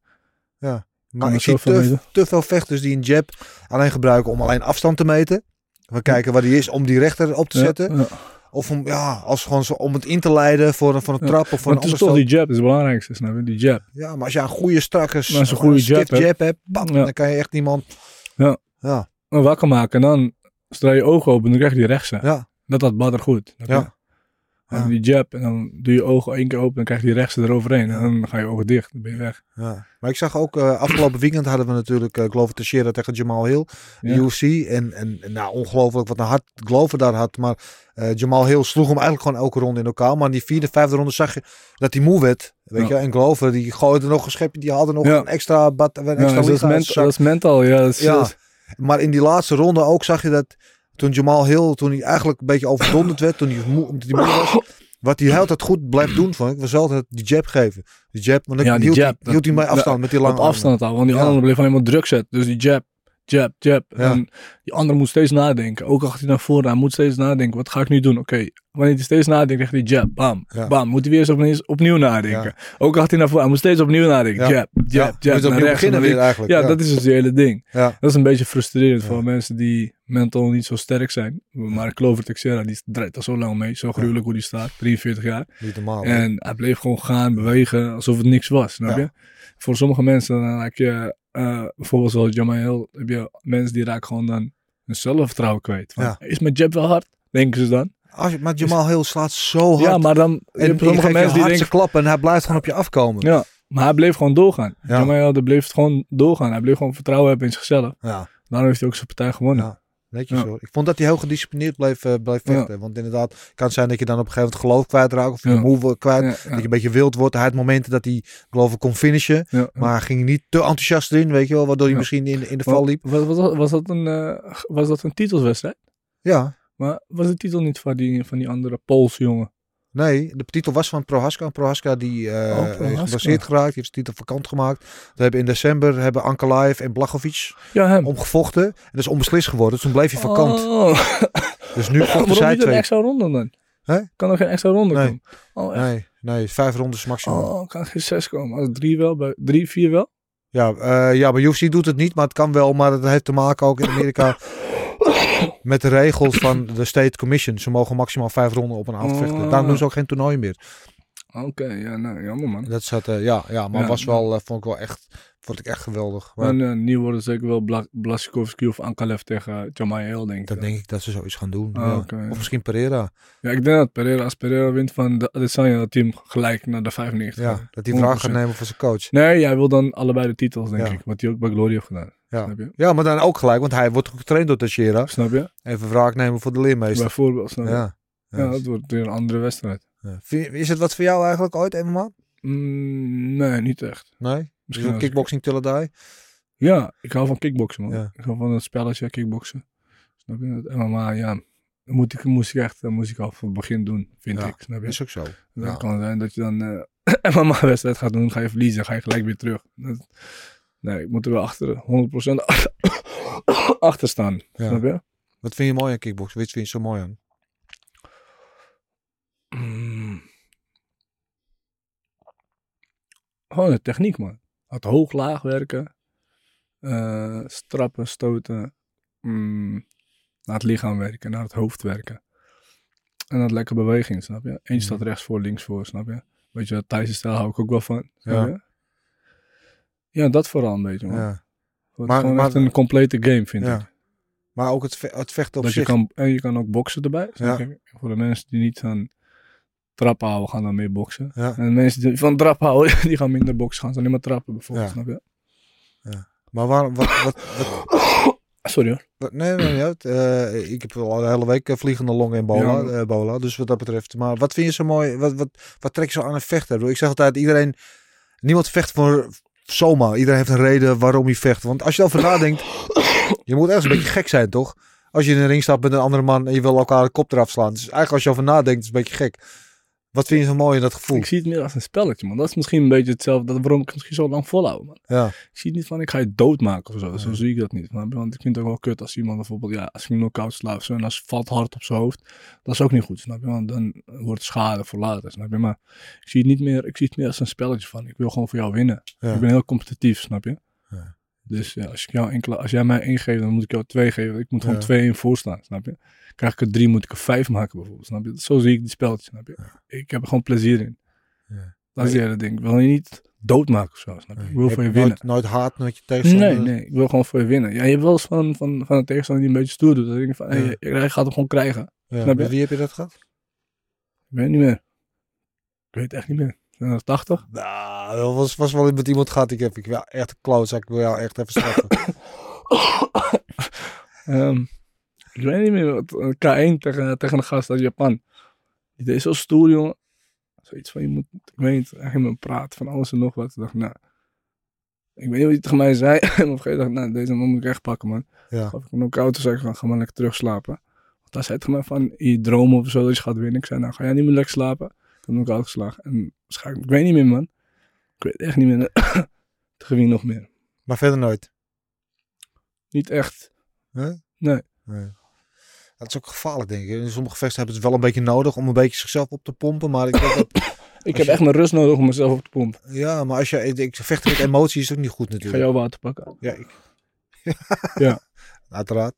Maar er ik zie zoveel mee te, doen. te veel vechters die een jab alleen gebruiken om alleen afstand te meten. We kijken waar die is om die rechter op te Ja, zetten. ja. Of om, ja, als gewoon zo, om het in te leiden voor een, voor een Ja, trap of voor Maar een het is ander toch stoot. die jab, dat is het belangrijkste, snap je? Die jab. Ja, maar als je een goede strakke Maar als je een gewoon goede stiff jab hebt. jab hebt, bam, Ja. dan kan je echt iemand... Ja. Ja, En wakker maken en dan, zodra je ogen open, dan krijg je die rechtse. ja, Dat had Badr goed. snap je? Ja. Dan Ja. die jab en dan doe je ogen één keer open, dan krijg je die rechtse eroverheen. En dan ga je ogen dicht, dan ben je weg. ja. Maar ik zag ook, uh, afgelopen weekend hadden we natuurlijk uh, Glover Teixeira tegen Jamal Hill. Ja. U F C. En, en, en nou, ongelooflijk wat een hard Glover daar had. Maar uh, Jamal Hill sloeg hem eigenlijk gewoon elke ronde in elkaar. Maar in die vierde, vijfde ronde zag je dat hij moe werd. Weet Ja. je? En Glover, die gooide nog een schepje. Die hadden nog Ja. een extra bad, een Ja, extra dat, is lichaam uit ment- zijn zak. dat is mental, ja. Dat is, Ja. dat is- Maar in die laatste ronde ook zag je dat toen Jamal Hill, toen hij eigenlijk een beetje overdonderd werd, toen hij moe, omdat hij moe was, wat hij altijd goed blijft doen, vond ik, was altijd die jab geven. Die jab, maar dan Ja, die hield, jab, hij, dat- hield hij bij afstand met die lange op afstand al, want die Ja. andere bleef alleen maar druk zetten. Dus die jab, jab, jab. Ja. En die andere moet steeds nadenken. Ook al gaat hij naar voren, hij moet steeds nadenken. Wat ga ik nu doen? Oké, wanneer hij steeds nadenkt, krijgt hij jab, bam, Ja. bam. Moet hij weer eens opnieuw, opnieuw nadenken. Ook al gaat hij naar voren, hij moet steeds opnieuw nadenken. Ja. Jab, jab, Ja, jab. moet je naar opnieuw rechts, beginnen naar weer links. eigenlijk. Ja, Ja. dat is dus het hele ding. Ja. Dat is een beetje frustrerend Ja. voor mensen die mental niet zo sterk zijn. Maar Glover Teixeira, die draait al zo lang mee. Zo gruwelijk hoe die staat, drieënveertig jaar. Niet normaal. hè? En hij bleef gewoon gaan, bewegen, alsof het niks was, snap Ja. je? Voor sommige mensen, dan raak je, uh, bijvoorbeeld zoals Jamal Hill, heb je mensen die raken gewoon dan hun zelfvertrouwen kwijt. Van, Ja. Is mijn jab wel hard? Denken ze dan. Als je, maar Jamal Hill slaat zo hard. Ja, maar dan, je en hebt je sommige geeft je mensen die hardste denken, klappen en hij blijft gewoon op je afkomen. ja, maar hij bleef gewoon doorgaan. Ja. Jamal Hill die bleef gewoon doorgaan. Hij bleef gewoon vertrouwen hebben in zichzelf. Ja. Daarom heeft hij ook zijn partij gewonnen. Ja. Netjes Ja. hoor. Ik vond dat hij heel gedisciplineerd bleef, uh, bleef Ja. vechten. Want inderdaad, het kan zijn dat je dan op een gegeven moment geloof kwijtraakt. Of je Ja. moe wordt kwijt. Ja, Dat ja, je een beetje wild wordt. Hij had momenten dat hij, geloof ik, kon finishen. ja. Maar hij ging niet te enthousiast erin, weet je wel. Waardoor hij Ja. misschien in, in de Maar val liep. Was, was, dat- was, dat een, uh, was dat een titelswedstrijd? Ja. Maar was de titel niet van die, van die andere Poolse jongen? Nee, de titel was van Prohaska. Prohaska die uh, Oh, Prohaska. is geblesseerd geraakt. Die heeft de titel vakant gemaakt. We hebben in december hebben Ankalaev en Blachowicz Ja, hem. omgevochten. En dat is onbeslist geworden. Dus toen bleef hij vakant. Oh. Dus nu vochten Waarom zij niet een twee. extra ronde dan? Hè? Kan er geen extra ronde Nee. komen? Oh, echt? Nee, nee, vijf rondes maximum. Oh, kan er geen zes komen? Als drie wel, bij drie, vier wel? Ja, uh, ja, bij U F C doet het niet, maar het kan wel. Maar het heeft te maken ook in Amerika met de regels van de State Commission. Ze mogen maximaal vijf ronden op een avond vechten. Oh. Daarom doen ze ook geen toernooi meer. Oké, ja, nou, jammer man. Dat zat, uh, ja, ja, maar Ja. was wel, uh, vond ik wel echt, vond ik echt geweldig. Maar En uh, nu wordt het zeker wel Bla Blachowicz of Ankalaev tegen uh, Jamal Hill, denk ik. dat denk ik dat ze zoiets gaan doen. Oh, ja. oké, ja. Of misschien Pereira. Ja, ik denk dat Pereira, als Pereira wint van de Adesanya, dat team gelijk naar de vijfennegentig Ja, gaat. dat hij wraak gaat honderd procent. nemen voor zijn coach. Nee, jij wil dan allebei de titels, denk Ja. ik. Wat hij ook bij Glory heeft gedaan. Ja. Snap je? Ja, maar dan ook gelijk, want hij wordt getraind door Teixeira. Snap je? Even wraak nemen voor de leermeester. Bijvoorbeeld, snap je? Ja. Ja, Ja. dat wordt weer een andere wedstrijd. Ja. Vind je- Is het wat voor jou eigenlijk ooit, M M A? Mm, nee, niet echt. Nee? Misschien Misschien als- kickboxing till I die? Ja, ik hou van kickboksen, man. Ja. Ik hou van het spelletje kickboksen. Snap je? Het M M A, ja. Dat moet ik, moest ik echt, dat moest ik al van het begin doen, vind Ja, ik. Snap je? Is ook zo. Dan Ja. kan het zijn dat je dan eh M M A-wedstrijd gaat doen, ga je verliezen, ga je gelijk weer terug. Dat, nee, ik moet er wel achter, honderd procent achter, achter staan. Ja. Snap je? Wat vind je mooi aan kickboksen? Wat vind je zo mooi aan? Mm. Gewoon de techniek, man. het hoog-laag werken, uh, strappen, stoten, mm, naar het lichaam werken, naar het hoofd werken. En dat lekker beweging, snap je? Eén staat rechts voor, links voor, snap je? Weet je, dat Thaise stijl hou ik ook wel van, snap je? Ja. Ja, dat vooral een beetje, man. Ja. Het is Maar- gewoon maar- echt een complete game, vind Ja. ik. Maar ook het, ve- het vechten op Dat je zich. kan, en je kan ook boksen erbij. snap Ja. je? Voor de mensen die niet van trappen houden, gaan dan meer boksen. Ja. En de mensen die van trappen houden, die gaan minder boksen. Gaan ze alleen maar trappen, bijvoorbeeld, Ja. snap je? Maar waarom... Wat, wat, wat, Sorry hoor. wat- nee, nee, niet uit. Eh, ik heb al de hele week eh, vliegende longen in bola, Ja. eh, bola. Dus wat dat betreft. Maar wat vind je zo mooi? Wat, wat, wat trek je zo aan een vechter? Ik bedoel, Ik zeg altijd, iedereen... Niemand vecht voor zomaar. Iedereen heeft een reden waarom hij vecht. Want als je erover nadenkt... Je moet ergens een beetje gek zijn, toch? Als je in een ring staat met een andere man en je wil elkaar de kop eraf slaan. Dus eigenlijk als je over nadenkt, is het een beetje gek. Wat vind je zo mooi in dat gevoel? Ik zie het meer als een spelletje, man. Dat is misschien een beetje hetzelfde, dat waarom ik het misschien zo lang volhoud, man. Ja, Ik zie het niet van, ik ga je doodmaken of zo. Zo zie ik dat niet. snap je? Want ik vind het ook wel kut als iemand bijvoorbeeld, ja, als ik een knock-out sla of zo, en als valt hard op zijn hoofd, dat is ook niet goed, snap je? Want dan wordt het schade voor later, snap je? Maar ik zie het niet meer, ik zie het meer als een spelletje van, ik wil gewoon voor jou winnen. ja. Ik ben heel competitief, snap je? Ja. Dus ja, als, ik jou enkele, als jij mij één geeft, dan moet ik jou twee geven. Ik moet gewoon Ja. twee in voorstaan, snap je? Krijg ik er drie, moet ik er vijf maken bijvoorbeeld, snap je? Zo zie ik die spelletjes, snap je? Ik heb er gewoon plezier in. Ja. Dat is het hele ding. Ik wil je niet doodmaken of zo, snap je? Ik wil Heb voor je je winnen. nooit, nooit haat met je tegenstander? Nee, nee, ik wil gewoon voor je winnen. Ja, je hebt wel eens van, van, van een tegenstander die een beetje stoer doet. Dan denk ik van, Ja. hey, jij gaat hem gewoon krijgen. Ja. Snap je? Met wie heb je dat gehad? Ik weet het niet meer. Ik weet het echt niet meer. Zijn er tachtig? Nou, dat was, was wel met iemand gehad. Ik heb ik wel echt een klootzak. Ik wil jou echt even straffen. Ehm, ik weet niet meer. wat, eh, K één tegen, tegen een gast uit Japan. Die deed zo stoer, jongen. Zoiets van, je moet, ik weet niet, eigenlijk met hem praten van alles en nog wat. Ik dacht, nou, ik weet niet wat hij tegen mij zei. En op een gegeven moment dacht ik, nou, deze man moet ik echt pakken, man. Ja. Gaf ik een knock-out, toen zei ik van, ga maar lekker terugslapen. Want hij zei tegen mij van, je dromen of zo dat je gaat winnen. Ik zei, nou, ga jij niet meer lekker slapen? Ik heb een knock-out geslagen. En waarschijnlijk, ik weet niet meer, man. Ik weet echt niet meer. Tegen wie nog meer? Maar verder nooit. Niet echt. Nee? Nee. Nee. Dat is ook gevaarlijk, denk ik. In sommige vesten hebben ze het wel een beetje nodig om een beetje zichzelf op te pompen. Maar ik denk dat... Ik Als heb je- echt mijn rust nodig om mezelf op te pompen. Ja, maar als je... Ik, vechten met emoties is ook niet goed Ik ga natuurlijk. jouw water pakken. Ja, ik... Ja. Uiteraard.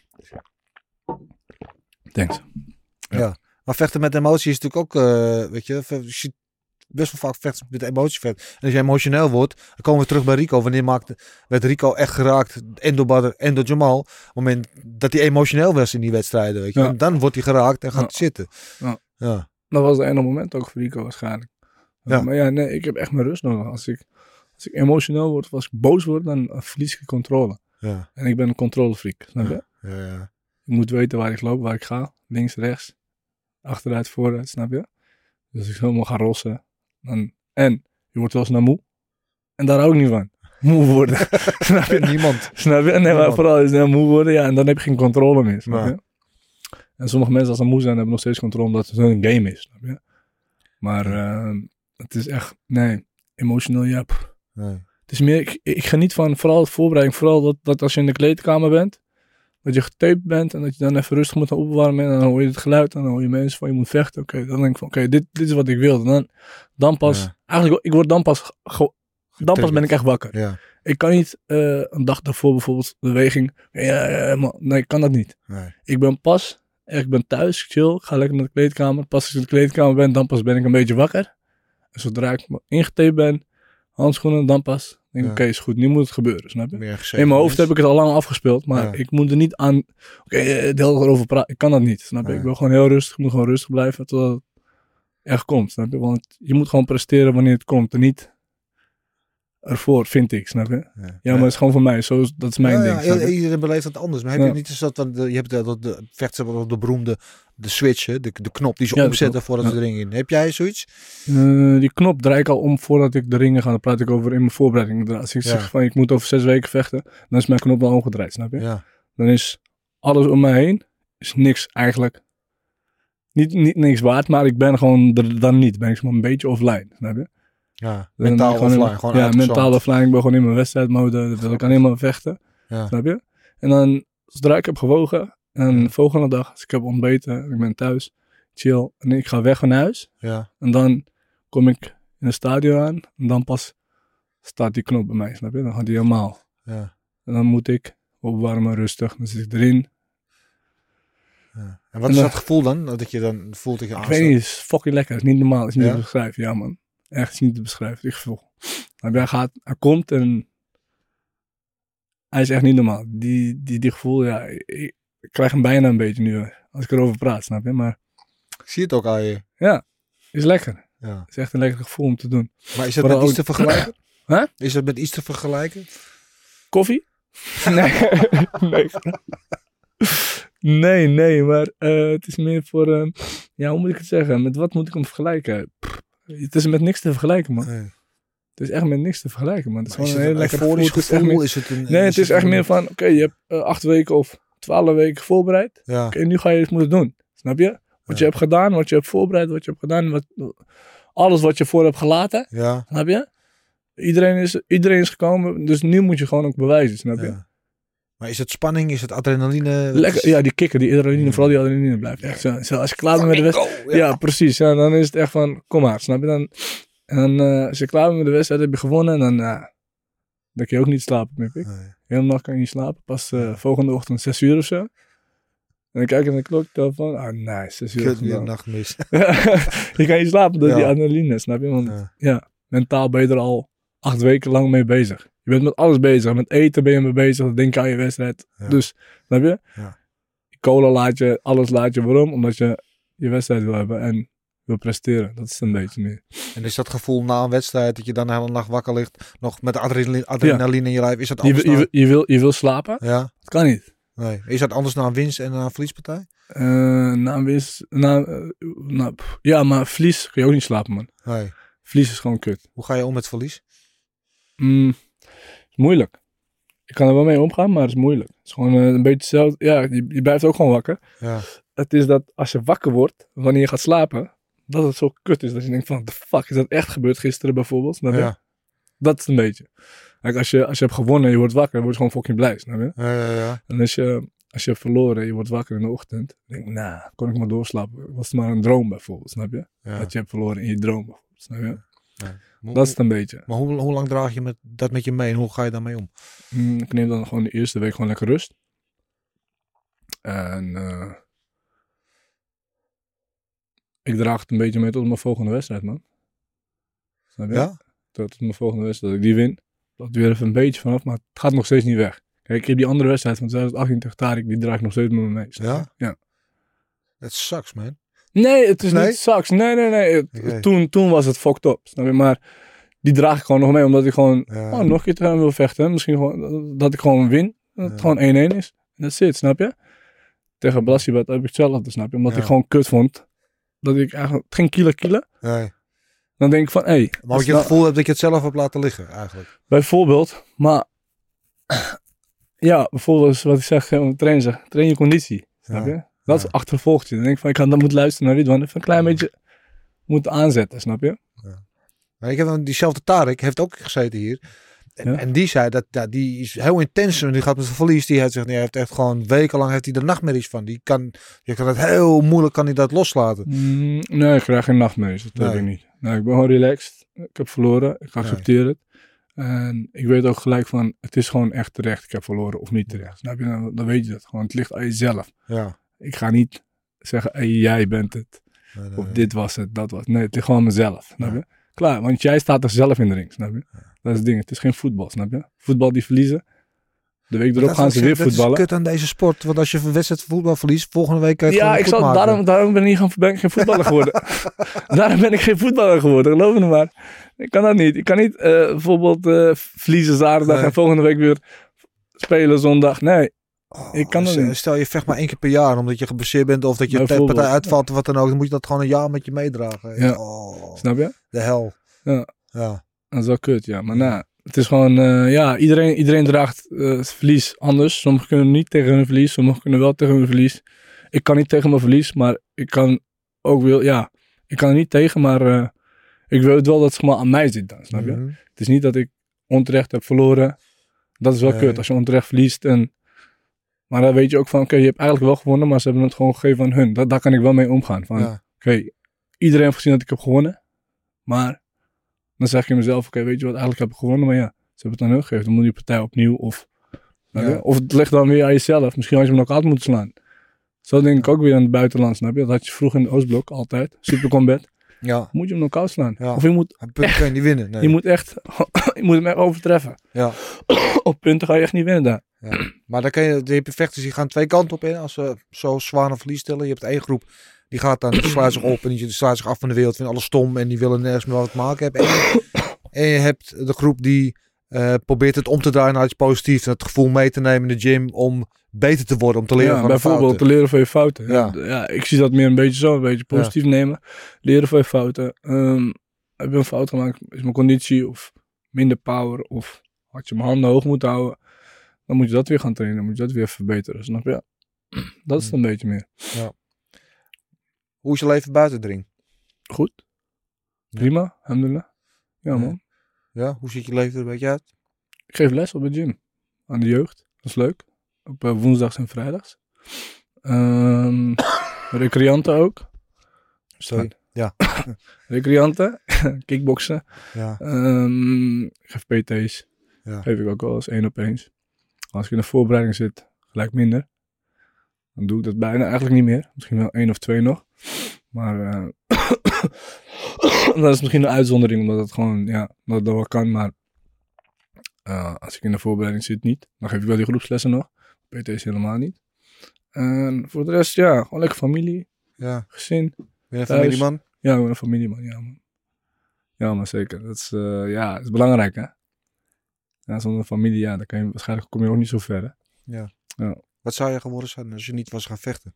Thanks. Ja. Maar vechten met emoties is natuurlijk ook... eh, weet je, je ziet best wel vaak vechten met emoties vechten. En als je emotioneel wordt, dan komen we terug bij Rico. Wanneer maakte, werd Rico echt geraakt, en door Badr en door Jamal. Op het moment dat hij emotioneel was in die wedstrijden. Weet je. Ja. En dan wordt hij geraakt en gaat Ja. hij zitten. Ja. Ja. Dat was het ene moment ook voor Rico waarschijnlijk. Ja. Maar ja, nee, ik heb echt mijn rust nodig. Als ik, als ik emotioneel word of als ik boos word, dan uh, verlies ik de controle. Ja. En ik ben een controlefreak, snap je? Ja. Ja. Ik moet weten waar ik loop, waar ik ga. Links, rechts, achteruit, vooruit, snap je? Dus als ik helemaal ga rossen. Dan, en je wordt wel eens naar moe. En daar hou ik niet van. Moe worden. snap je? Niemand. Snap je? Nee, maar Niemand. vooral is het moe worden. Ja, en dan heb je geen controle meer, snap Nee. je? En sommige mensen als ze moe zijn, hebben nog steeds controle omdat het een game is, snap je? Maar uh, het is echt, nee, emotioneel, ja. Pff. Nee. Het is meer, ik, ik geniet van vooral de voorbereiding. Vooral dat, dat als je in de kleedkamer bent, dat je getaped bent en dat je dan even rustig moet gaan opwarmen. En dan hoor je het geluid en dan hoor je mensen van je moet vechten. Oké, dan denk ik van oké, dit, dit is wat ik wil. En dan, dan pas, Ja. eigenlijk, ik word dan pas, ge, dan pas ben ik echt wakker. Ja. Ik kan niet uh, een dag daarvoor bijvoorbeeld beweging, ja, ja, maar, nee, ik kan dat niet. Nee. Ik ben pas, ik ben thuis, chill, ga lekker naar de kleedkamer. Pas als ik in de kleedkamer ben, dan pas ben ik een beetje wakker. En zodra ik ingetaped ben, handschoenen, dan pas. Denk ik, Ja. oké, is goed, nu moet het gebeuren, snap je? Meer gezegd In mijn hoofd is. heb ik het al lang afgespeeld, maar Ja. ik moet er niet aan, oké, okay, de hele tijd over praten. Ik kan dat niet, snap je? Ja. Ik wil gewoon heel rustig, ik moet gewoon rustig blijven totdat het echt komt, snap je? Want je moet gewoon presteren wanneer het komt en niet ervoor, vind ik, snap je? Ja. Ja, maar het is gewoon voor mij, zo is, dat is mijn Ja, ding, ja, snap je? i- iedereen beleeft het anders. Maar heb Ja. je niet eens dat, van de, je hebt de, de, de vechten op de beroemde de switch, hè, de, de knop die ze Ja, de omzetten knop, voordat ja. ze erin in. Heb jij zoiets? Uh, die knop draai ik al om voordat ik de ringen ga. Dan praat ik over in mijn voorbereiding. inderdaad. Als ik Ja. zeg van ik moet over zes weken vechten, dan is mijn knop al omgedraaid, snap je? Ja. Dan is alles om mij heen, is niks eigenlijk, niet, niet niks waard, maar ik ben gewoon er dan niet. Ben ik maar een beetje offline, snap je? Ja. Dan ben Mentaal ik gewoon in- offline. Gewoon ja, uitgezond. mentaal offline. Ik ben gewoon in mijn wedstrijdmode. Dan wil ik alleen maar vechten, Ja. snap je? En dan, zodra ik heb gewogen, en de volgende dag, als ik heb ontbeten, ik ben thuis, chill, en ik ga weg van huis. Ja. En dan kom ik in het stadion aan. En dan pas staat die knop bij mij, snap je? Dan gaat die helemaal. Ja. En dan moet ik opwarmen, rustig. Dan zit ik erin. Ja. En wat En is dan- dat gevoel dan? Dat je dan voelt dat je Ik aanstaat? weet niet, het is fucking lekker. Het is niet normaal, het is niet Ja? te beschrijven. Ja man, echt het is niet te beschrijven. Ik gevoel. Maar hij gaat, hij komt en hij is echt niet normaal. Die, die, die gevoel, ja, ik, ik krijg hem bijna een beetje nu, als ik erover praat, snap je? Maar Ik zie het ook aan je. ja, is lekker. Ja. Het is echt een lekker gevoel om te doen. Maar is dat Vooral met iets ook- te vergelijken? Huh? Is dat met iets te vergelijken? Koffie? Nee, nee. Nee, nee, maar eh, het is meer voor, eh, ja, hoe moet ik het zeggen? Met wat moet ik hem vergelijken? Pff, het is met niks te vergelijken, man. Nee. Het is echt met niks te vergelijken, man. Het is Maar is gewoon het een een heel lekker euforisch gevoel. Het is echt gevoel? meer- Is het een, nee, het is echt een- meer van, oké, je hebt eh, acht weken of twaalf weken voorbereid. Ja. Oké, nu ga je het moeten doen. Snap je? Wat je Ja. hebt gedaan, wat je hebt voorbereid, wat je hebt gedaan. Wat, alles wat je voor hebt gelaten. Ja. Snap je? Iedereen is, iedereen is gekomen, dus nu moet je gewoon ook bewijzen, snap je? Ja. Maar is het spanning? Is het adrenaline? Lekker, ja, die kikker, die adrenaline, Ja. vooral die adrenaline blijft echt zo. zo als je klaar bent met de wedstrijd. Ja. Ja, precies. Ja, dan is het echt van, kom maar, snap je? Dan, en dan, eh, als je klaar bent met de wedstrijd, heb je gewonnen. En dan, uh, dan kun je ook niet slapen meer, pik. Nee. Hele nacht kan je niet slapen. Pas uh, volgende ochtend zes uur of zo. En dan kijk ik naar de klok, telefoon. Ah, nice, zes uur. Kut, weer een vandaag. nachtmis. Je kan niet slapen door Ja. die adrenaline, snap je? Want Ja. ja, mentaal ben je er al acht weken lang mee bezig. Je bent met alles bezig. Met eten ben je mee bezig. Dan denk je aan je wedstrijd. Ja. Dus, snap je? Ja. Cola laat je, alles laat je. Waarom? Omdat je je wedstrijd wil hebben en wil presteren. Dat is het een beetje meer. En is dat gevoel na een wedstrijd dat je dan de hele nacht wakker ligt, nog met adrenaline, adrenaline in je lijf, is dat Je, anders wil- je, dan... wil- je, wil, je wil slapen? Ja, Dat kan niet. nee. Is dat anders na een winst en na een verliespartij? Eh na een wis, na, eh, na, pff, ja, maar verlies kun je ook niet slapen, man. Nee. Verlies is gewoon kut. Hoe ga je om met verlies? Mm, is moeilijk. Ik kan er wel mee omgaan, maar het is moeilijk. Het is gewoon eh, een beetje hetzelfde. Ja, je, je blijft ook gewoon wakker. Ja. Het is dat als je wakker wordt, wanneer je gaat slapen, dat het zo kut is. Dat je denkt van, the fuck, is dat echt gebeurd gisteren bijvoorbeeld? Snap je? Ja. Dat is een beetje. Kijk, als je, als je hebt gewonnen en je wordt wakker, dan word je gewoon fucking blij, snap je? Ja, ja, ja. En als je, als je hebt verloren en je wordt wakker in de ochtend, dan denk ik, nou, kon ik maar doorslapen. Was het maar een droom bijvoorbeeld, snap je? Ja. Dat je hebt verloren in je droom bijvoorbeeld, snap je? Hoe- Dat is het een beetje. Maar hoe, hoe lang draag je met, dat met je mee en hoe ga je daarmee om? Mm, ik neem dan gewoon de eerste week gewoon lekker rust. En eh, ik draag het een beetje mee tot mijn volgende wedstrijd, man. Snap je? Ja? Tot mijn volgende wedstrijd, dat ik die win. Dat er weer even een beetje vanaf, maar het gaat nog steeds niet weg. Kijk, ik heb die andere wedstrijd van twintig achttien tegen Tarik, die draag ik nog steeds met me mee. snap je? Ja? Ja. Dat sucks, man. Nee, het is Nee? niet sucks. Nee, nee, nee. Het- Oké. toen, toen was het fucked up. Snap je? Maar die draag ik gewoon nog mee, omdat ik gewoon Ja. oh, nog een keer tegen hem wil vechten. Misschien gewoon dat ik gewoon win. Dat het Ja. gewoon één-één is. En dat zit, snap je? Tegen Blasibat heb ik hetzelfde, snap je? Omdat Ja. ik gewoon kut vond. Dat ik eigenlijk geen kilo kilo. Nee. Dan denk ik van, hé. Hey, Maar als je het gevoel hebt dat je het zelf hebt laten liggen, eigenlijk. bijvoorbeeld, maar ja, bijvoorbeeld wat ik zeg, gewoon train, zeg, train je conditie. Snap Ja. je? Dat Ja. is achtervolgt je. Dan denk ik van, ik had dan moeten luisteren naar Ridwan. Even een klein beetje moeten aanzetten, snap je? Maar ik heb dan diezelfde Tarek, heeft ook gezeten hier. En, Ja. en die zei dat ja, die is heel intens. En die gaat met zijn verlies. Die heeft, zegt, nee, hij heeft echt gewoon wekenlang heeft hij er nachtmerries van. Die kan, je kan het heel moeilijk kan hij dat loslaten. Mm, nee, ik krijg geen nachtmerries. Dat heb Nee. ik niet. Nee, ik ben gewoon relaxed. Ik heb verloren. Ik accepteer het. En ik weet ook gelijk van, het is gewoon echt terecht. Ik heb verloren of niet terecht. Snap je? Dan, dan weet je dat. Gewoon, het ligt aan jezelf. Ja. Ik ga niet zeggen, hey, jij bent het. Nee, nee, Of nee. dit was het, dat was het. Nee, het ligt gewoon aan mezelf. Snap je? Klaar, want jij staat er zelf in de ring. Snap je? Dat is het ding. Het is geen voetbal. Snap je? Voetbal die verliezen. De week erop Dat gaan is- ze weer dat voetballen. is kut aan deze sport. Want als je een wedstrijd voetbal verliest, volgende week kan je het Ja, gewoon ik goed zal, maken. daarom, daarom ben ik, niet gaan, ben ik geen voetballer geworden. daarom ben ik geen voetballer geworden, geloof me maar. Ik kan dat niet. Ik kan niet eh, bijvoorbeeld eh, verliezen zaterdag Nee. en volgende week weer spelen zondag. Nee, Oh, ik kan dat stel- niet. Stel je vecht maar één keer per jaar omdat je geblesseerd bent of dat je Bijvoorbeeld. partij uitvalt of wat dan ook. Dan moet je dat gewoon een jaar met je meedragen. Ja. Oh, snap je? de hel. Ja. Ja. Dat is wel kut, ja. Maar nou, het is gewoon, eh, ja, iedereen, iedereen draagt eh, het verlies anders. Sommigen kunnen niet tegen hun verlies, sommigen kunnen wel tegen hun verlies. Ik kan niet tegen mijn verlies, maar ik kan ook wel, ja, ik kan er niet tegen, maar eh, ik weet wel dat het gewoon aan mij zit dan, snap je? Mhm. Het is niet dat ik onterecht heb verloren. Dat is wel Nee. kut, als je onterecht verliest. En, maar dan weet je ook van, oké, je hebt eigenlijk wel gewonnen, maar ze hebben het gewoon gegeven aan hun. Dat, daar kan ik wel mee omgaan. Van, Ja. oké, iedereen heeft gezien dat ik heb gewonnen, maar Dan zeg je mezelf, oké, okay, weet je wat, eigenlijk heb ik gewonnen, maar ja, ze hebben het aan hun gegeven. Dan moet die partij opnieuw of... Ja. Of het ligt dan weer aan jezelf. Misschien had je hem nog uit moeten slaan. Zo denk ik ook weer aan het buitenland, snap je? Dat had je vroeger in het Oostblok altijd. Super combat. Ja. Moet je hem nog koud slaan. Ja. Of je moet punten kan je niet winnen. Nee. Je moet echt... je moet hem echt overtreffen. Ja. Op punten ga je echt niet winnen daar. Ja. Maar dan kan je... De vechters die gaan twee kanten op in. Als ze zo zwaar een verlies stellen. Je hebt één groep... Die gaat dan, die sluit zich op en die sluit zich af van de wereld. Vinden alles stom en die willen nergens meer wat te maken hebben. En je, en je hebt de groep die... Uh, probeert het om te draaien naar iets positiefs. En het gevoel mee te nemen in de gym om beter te worden. Om te leren ja, van bijvoorbeeld fouten. te leren van je fouten. Ja. Ja. Ja, ik zie dat meer een beetje zo. Een beetje positief ja. nemen. Leren van je fouten. Um, heb je een fout gemaakt? Is mijn conditie of minder power? Of had je mijn handen hoog moeten houden? Dan moet je dat weer gaan trainen. Dan moet je dat weer verbeteren. Snap je? Dat is het een beetje meer. Ja. Hoe is je leven buiten de ring? Goed. Prima. Ja. Alhamdulillah. Ja, man. Ja. Ja, hoe ziet je leven er een beetje uit? Ik geef les op de gym. Aan de jeugd. Dat is leuk. Op uh, woensdags en vrijdags. Um, recreanten ook. Sorry. Ja. Recreanten. Kickboksen. Ja. Um, ik geef P T's. Ja. Geef ik ook wel eens één op eens. Als ik in de voorbereiding zit, gelijk minder. Dan doe ik dat bijna eigenlijk niet meer. Misschien wel één of twee nog. Maar uh, dat is misschien een uitzondering, omdat het gewoon, ja, dat het wel kan. Maar uh, als ik in de voorbereiding zit, niet. Dan geef ik wel die groepslessen nog. P T's helemaal niet. En voor de rest, ja, gewoon lekker familie. Ja. Gezin. Ben je een familieman? Ja, ik ben een familieman, ja man. Ja, maar zeker. Dat is, uh, ja, dat is belangrijk, hè. Ja, zonder familie, ja, dan kan je, waarschijnlijk kom je ook niet zo ver, hè. Ja. Ja. Wat zou je geworden zijn als je niet was gaan vechten?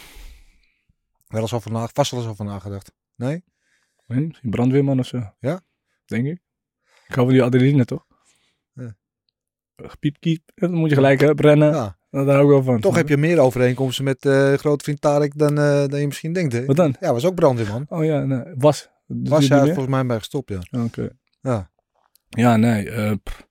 Wel eens over na, vast wel eens over nagedacht. Nee? Weet niet, misschien brandweerman of zo. Ja? Denk ik. Ik hou van die adrenaline, toch? Ja. Piep, kiep. Dan moet je gelijk, hè, rennen. Ja. Daar hou ik wel van. Toch heb je meer overeenkomsten met uh, grote vriend Tarek dan, uh, dan je misschien denkt, hè? Wat dan? Ja, was ook brandweerman. Oh ja, nee. Was. Was jij volgens mij bij gestopt, ja. Oké. Okay. Ja. Ja, nee. Uh,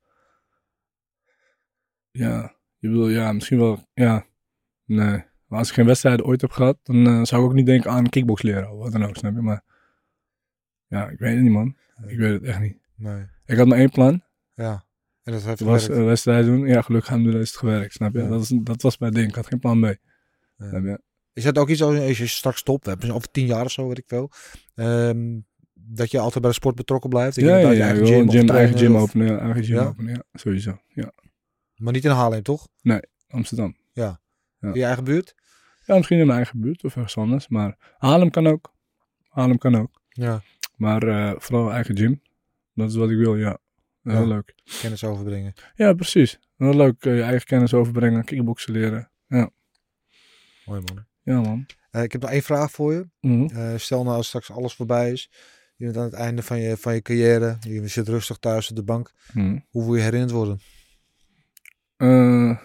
ja. Je bedoel, ja, misschien wel, ja. Nee. Maar als ik geen wedstrijden ooit heb gehad, dan uh, zou ik ook niet denken aan kickbox leren of wat dan ook, snap je? Maar ja, ik weet het niet, man. Nee. Ik weet het echt niet. Nee. Ik had maar één plan. Ja. En dat heeft was uh, wedstrijden doen. Ja, gelukkig hebben we het gewerkt, snap je? Ja. Dat, is, dat was mijn ding. Ik had geen plan B. Ja. Snap je? Is dat ook iets als je straks stopt, hè? Over tien jaar of zo, weet ik veel. Um, dat je altijd bij de sport betrokken blijft? Ja, ja, je ja, eigen gym, gym, eigen gym of... openen. Ja, eigen gym ja? openen, ja. Sowieso, ja. Maar niet in Haarlem, toch? Nee, Amsterdam. Ja. Ja. In je eigen buurt? Ja, misschien in mijn eigen buurt of ergens anders. Maar Haarlem kan ook. Haarlem kan ook. Ja. Maar uh, vooral eigen gym. Dat is wat ik wil, ja. Heel ja. leuk. Kennis overbrengen. Ja, precies. Heel leuk. Uh, je eigen kennis overbrengen. Kickboksen leren. Ja. Mooi, man. Ja, man. Uh, ik heb nog één vraag voor je. Mm-hmm. Uh, stel nou als straks alles voorbij is. Je bent aan het einde van je, van je carrière. Je zit rustig thuis op de bank. Mm-hmm. Hoe wil je herinnerd worden? Uh,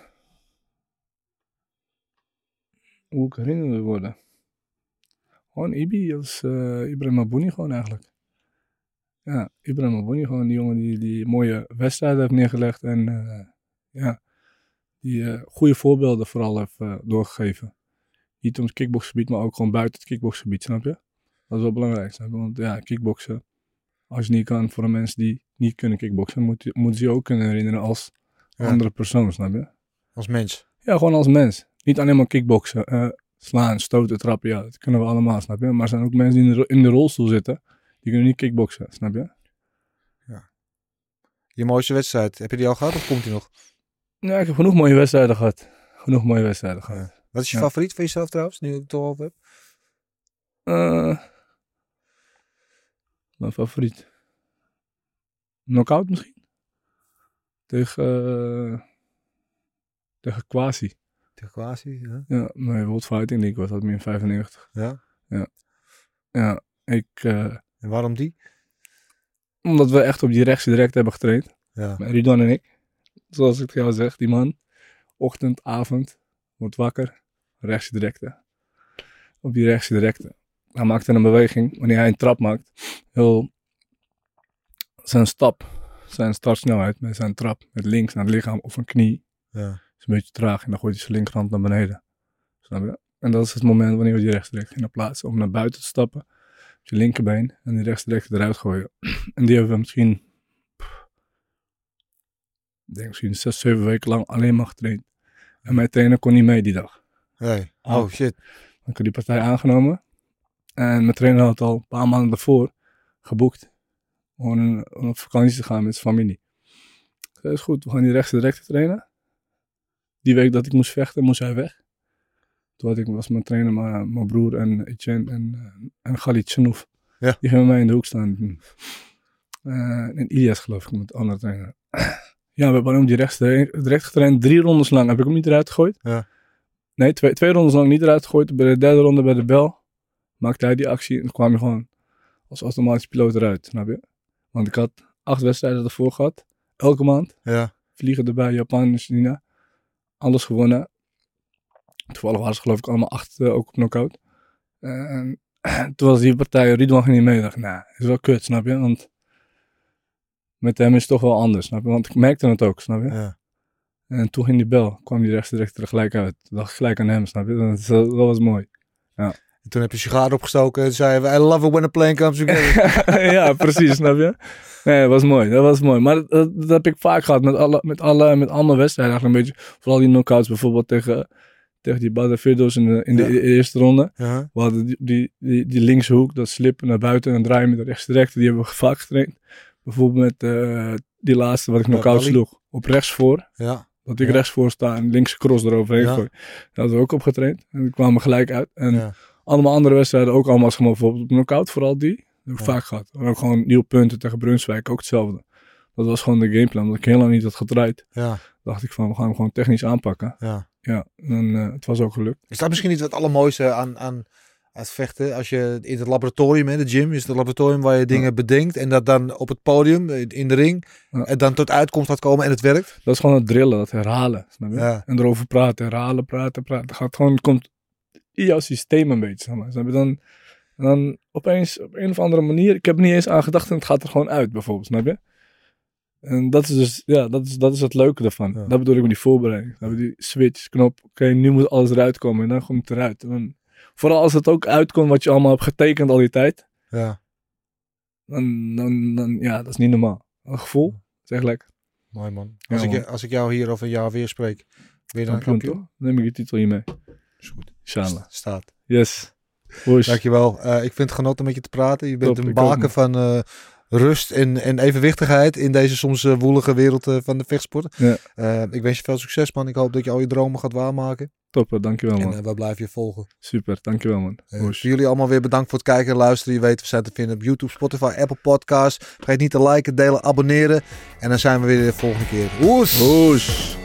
hoe ik herinnerd wil worden? Gewoon Ibi als uh, Ibrahim Abouni gewoon eigenlijk. Ja, Ibrahim Abouni gewoon die jongen die, die mooie wedstrijden heeft neergelegd. En uh, ja, die uh, goede voorbeelden vooral heeft uh, doorgegeven. Niet om het kickboxgebied, maar ook gewoon buiten het kickboxgebied, snap je? Dat is wel belangrijk, snap je? Want ja, kickboksen, als je niet kan voor de mensen die niet kunnen kickboksen, moet je, moeten ze je ook kunnen herinneren als ja. andere persoon, snap je? Als mens? Ja, gewoon als mens. Niet alleen maar kickboksen, uh, slaan, stoten, trappen, ja, dat kunnen we allemaal, snap je? Maar er zijn ook mensen die in de, in de rolstoel zitten, die kunnen niet kickboksen, snap je? Ja. Je mooiste wedstrijd, heb je die al gehad of komt die nog? Ja, ik heb genoeg mooie wedstrijden gehad. Genoeg mooie wedstrijden gehad. Ja. Wat is je ja. favoriet van jezelf trouwens, nu ik het toch over heb? Uh, mijn favoriet? Knockout misschien? Tegen, uh, tegen Kwasi. Tegen Kwasi, ja. Ja, mijn World Fighting League was dat min vijfennegentig. Ja? Ja. Ja, ik... Uh, en waarom die? Omdat we echt op die rechtse direct hebben getraind. Ja. Met Ridwan en ik. Zoals ik jou zeg, die man. Ochtend, avond, wordt wakker. Rechtse directe. Op die rechtse directe. Hij maakte een beweging, wanneer hij een trap maakt. Heel zijn stap, zijn startsnelheid met zijn trap. Met links naar het lichaam of een knie. Ja. Is een beetje traag en dan gooit hij zijn linkerhand naar beneden. Snap je? En dat is het moment wanneer we die rechts direct gingen plaatsen. Om naar buiten te stappen. je linkerbeen en die rechts direct eruit gooien. En die hebben we misschien, pff, ik denk misschien zes, zeven weken lang alleen maar getraind. En mijn trainer kon niet mee die dag. Hey. Oh shit. Ik had die partij aangenomen. En mijn trainer had al een paar maanden daarvoor geboekt. Om, om op vakantie te gaan met zijn familie. Dat is goed, we gaan die rechts direct trainen. Die week dat ik moest vechten, moest hij weg. Toen had ik, was mijn trainer, mijn, mijn broer en Etienne en, en Galit Chanouf. Ja. Die gingen met mij in de hoek staan. Uh, en Ilias geloof ik, met de andere trainer. Ja, we hebben hem die rechts direct getraind. Drie rondes lang heb ik hem niet eruit gegooid. Ja. Nee, twee, twee rondes lang niet eruit gegooid. Bij de derde ronde bij de bel maakte hij die actie. En dan kwam je gewoon als automatisch piloot eruit, snap je? Want ik had acht wedstrijden ervoor gehad. Elke maand. Ja. Vliegen erbij, Japan, China. Alles gewonnen. Toevallig waren ze geloof ik allemaal acht uh, ook op knockout. Uh, en toen was die partij, Ridwan ging niet mee. Ik dacht, nou, nah, is wel kut, snap je? Want met hem is het toch wel anders, snap je? Want ik merkte het ook, snap je? Ja. En toen ging die bel, kwam die rechts direct er gelijk uit. Toen dacht ik gelijk aan hem, snap je? Dat, dat, dat was mooi. Ja. En toen heb je sigaar opgestoken en zei je, I love it when a plane comes together. Ja, precies, snap je? Nee, dat was mooi, dat was mooi. Maar dat, dat, dat heb ik vaak gehad met alle, met alle, met alle wedstrijden eigenlijk een beetje. Vooral die knockouts bijvoorbeeld tegen, tegen die Badr Firdos in de, in de, ja. de eerste ronde. Uh-huh. We hadden die, die, die, die linkse hoek, dat slippen naar buiten en draaien met de rechts direct. Die hebben we vaak getraind. Bijvoorbeeld met uh, die laatste wat ik knock-out ja, sloeg. Op rechts voor. Ja. Dat ik ja. rechts voor sta en linkse cross eroverheen ja. gooi. Dat hadden we ook opgetraind. En die kwamen gelijk uit. En ja. allemaal andere wedstrijden ook allemaal gewoon bijvoorbeeld op knock-out, vooral die. Dat heb ik ja. vaak gehad. En ook gewoon nieuwe punten tegen Brunswijk, ook hetzelfde. Dat was gewoon de gameplan. Omdat ik heel lang niet had gedraaid. Ja. Dacht ik van, we gaan hem gewoon technisch aanpakken. Ja. Ja, en uh, het was ook gelukt. Is dat misschien niet wat allermooiste aan, aan, aan het vechten? Als je in het laboratorium, in de gym, is het laboratorium waar je dingen ja. bedenkt. En dat dan op het podium, in de ring, ja. en dan tot uitkomst gaat komen en het werkt. Dat is gewoon het drillen, dat herhalen. Snap je? Ja. En erover praten, herhalen, praten, praten. Het gaat gewoon, het komt in jouw systeem een beetje. Snap je? Snap je? Dan, dan opeens op een of andere manier, ik heb er niet eens aan gedacht en het gaat er gewoon uit bijvoorbeeld, snap je? En dat is dus, ja, dat is, dat is het leuke ervan. Ja. Dat bedoel ik met die voorbereiding. Dat we die switch, knop, oké, okay, nu moet alles eruit komen en dan komt het eruit. En dan, vooral als het ook uitkomt wat je allemaal hebt getekend al die tijd. Ja. Dan, dan, dan ja, dat is niet normaal. Een gevoel, is echt lekker. Mooi man. Als, ja, ik, man. als ik jou hier over een jaar weer spreek, ben je dan kampioen, kampioen? Dan neem ik je titel hier mee. Is goed. Inshallah. Staat. Yes. Woes. Dankjewel. Uh, ik vind het genot om met je te praten. Je bent Top, een baken van uh, rust en, en evenwichtigheid in deze soms uh, woelige wereld uh, van de vechtsport. Ja. Uh, ik wens je veel succes, man. Ik hoop dat je al je dromen gaat waarmaken. Top, dankjewel, man. En uh, we blijven je volgen. Super, dankjewel, man. Uh, voor jullie allemaal weer bedankt voor het kijken en luisteren. Je weet, we zijn te vinden op YouTube, Spotify, Apple Podcasts. Vergeet niet te liken, delen, abonneren. En dan zijn we weer de volgende keer. Oes! Oes!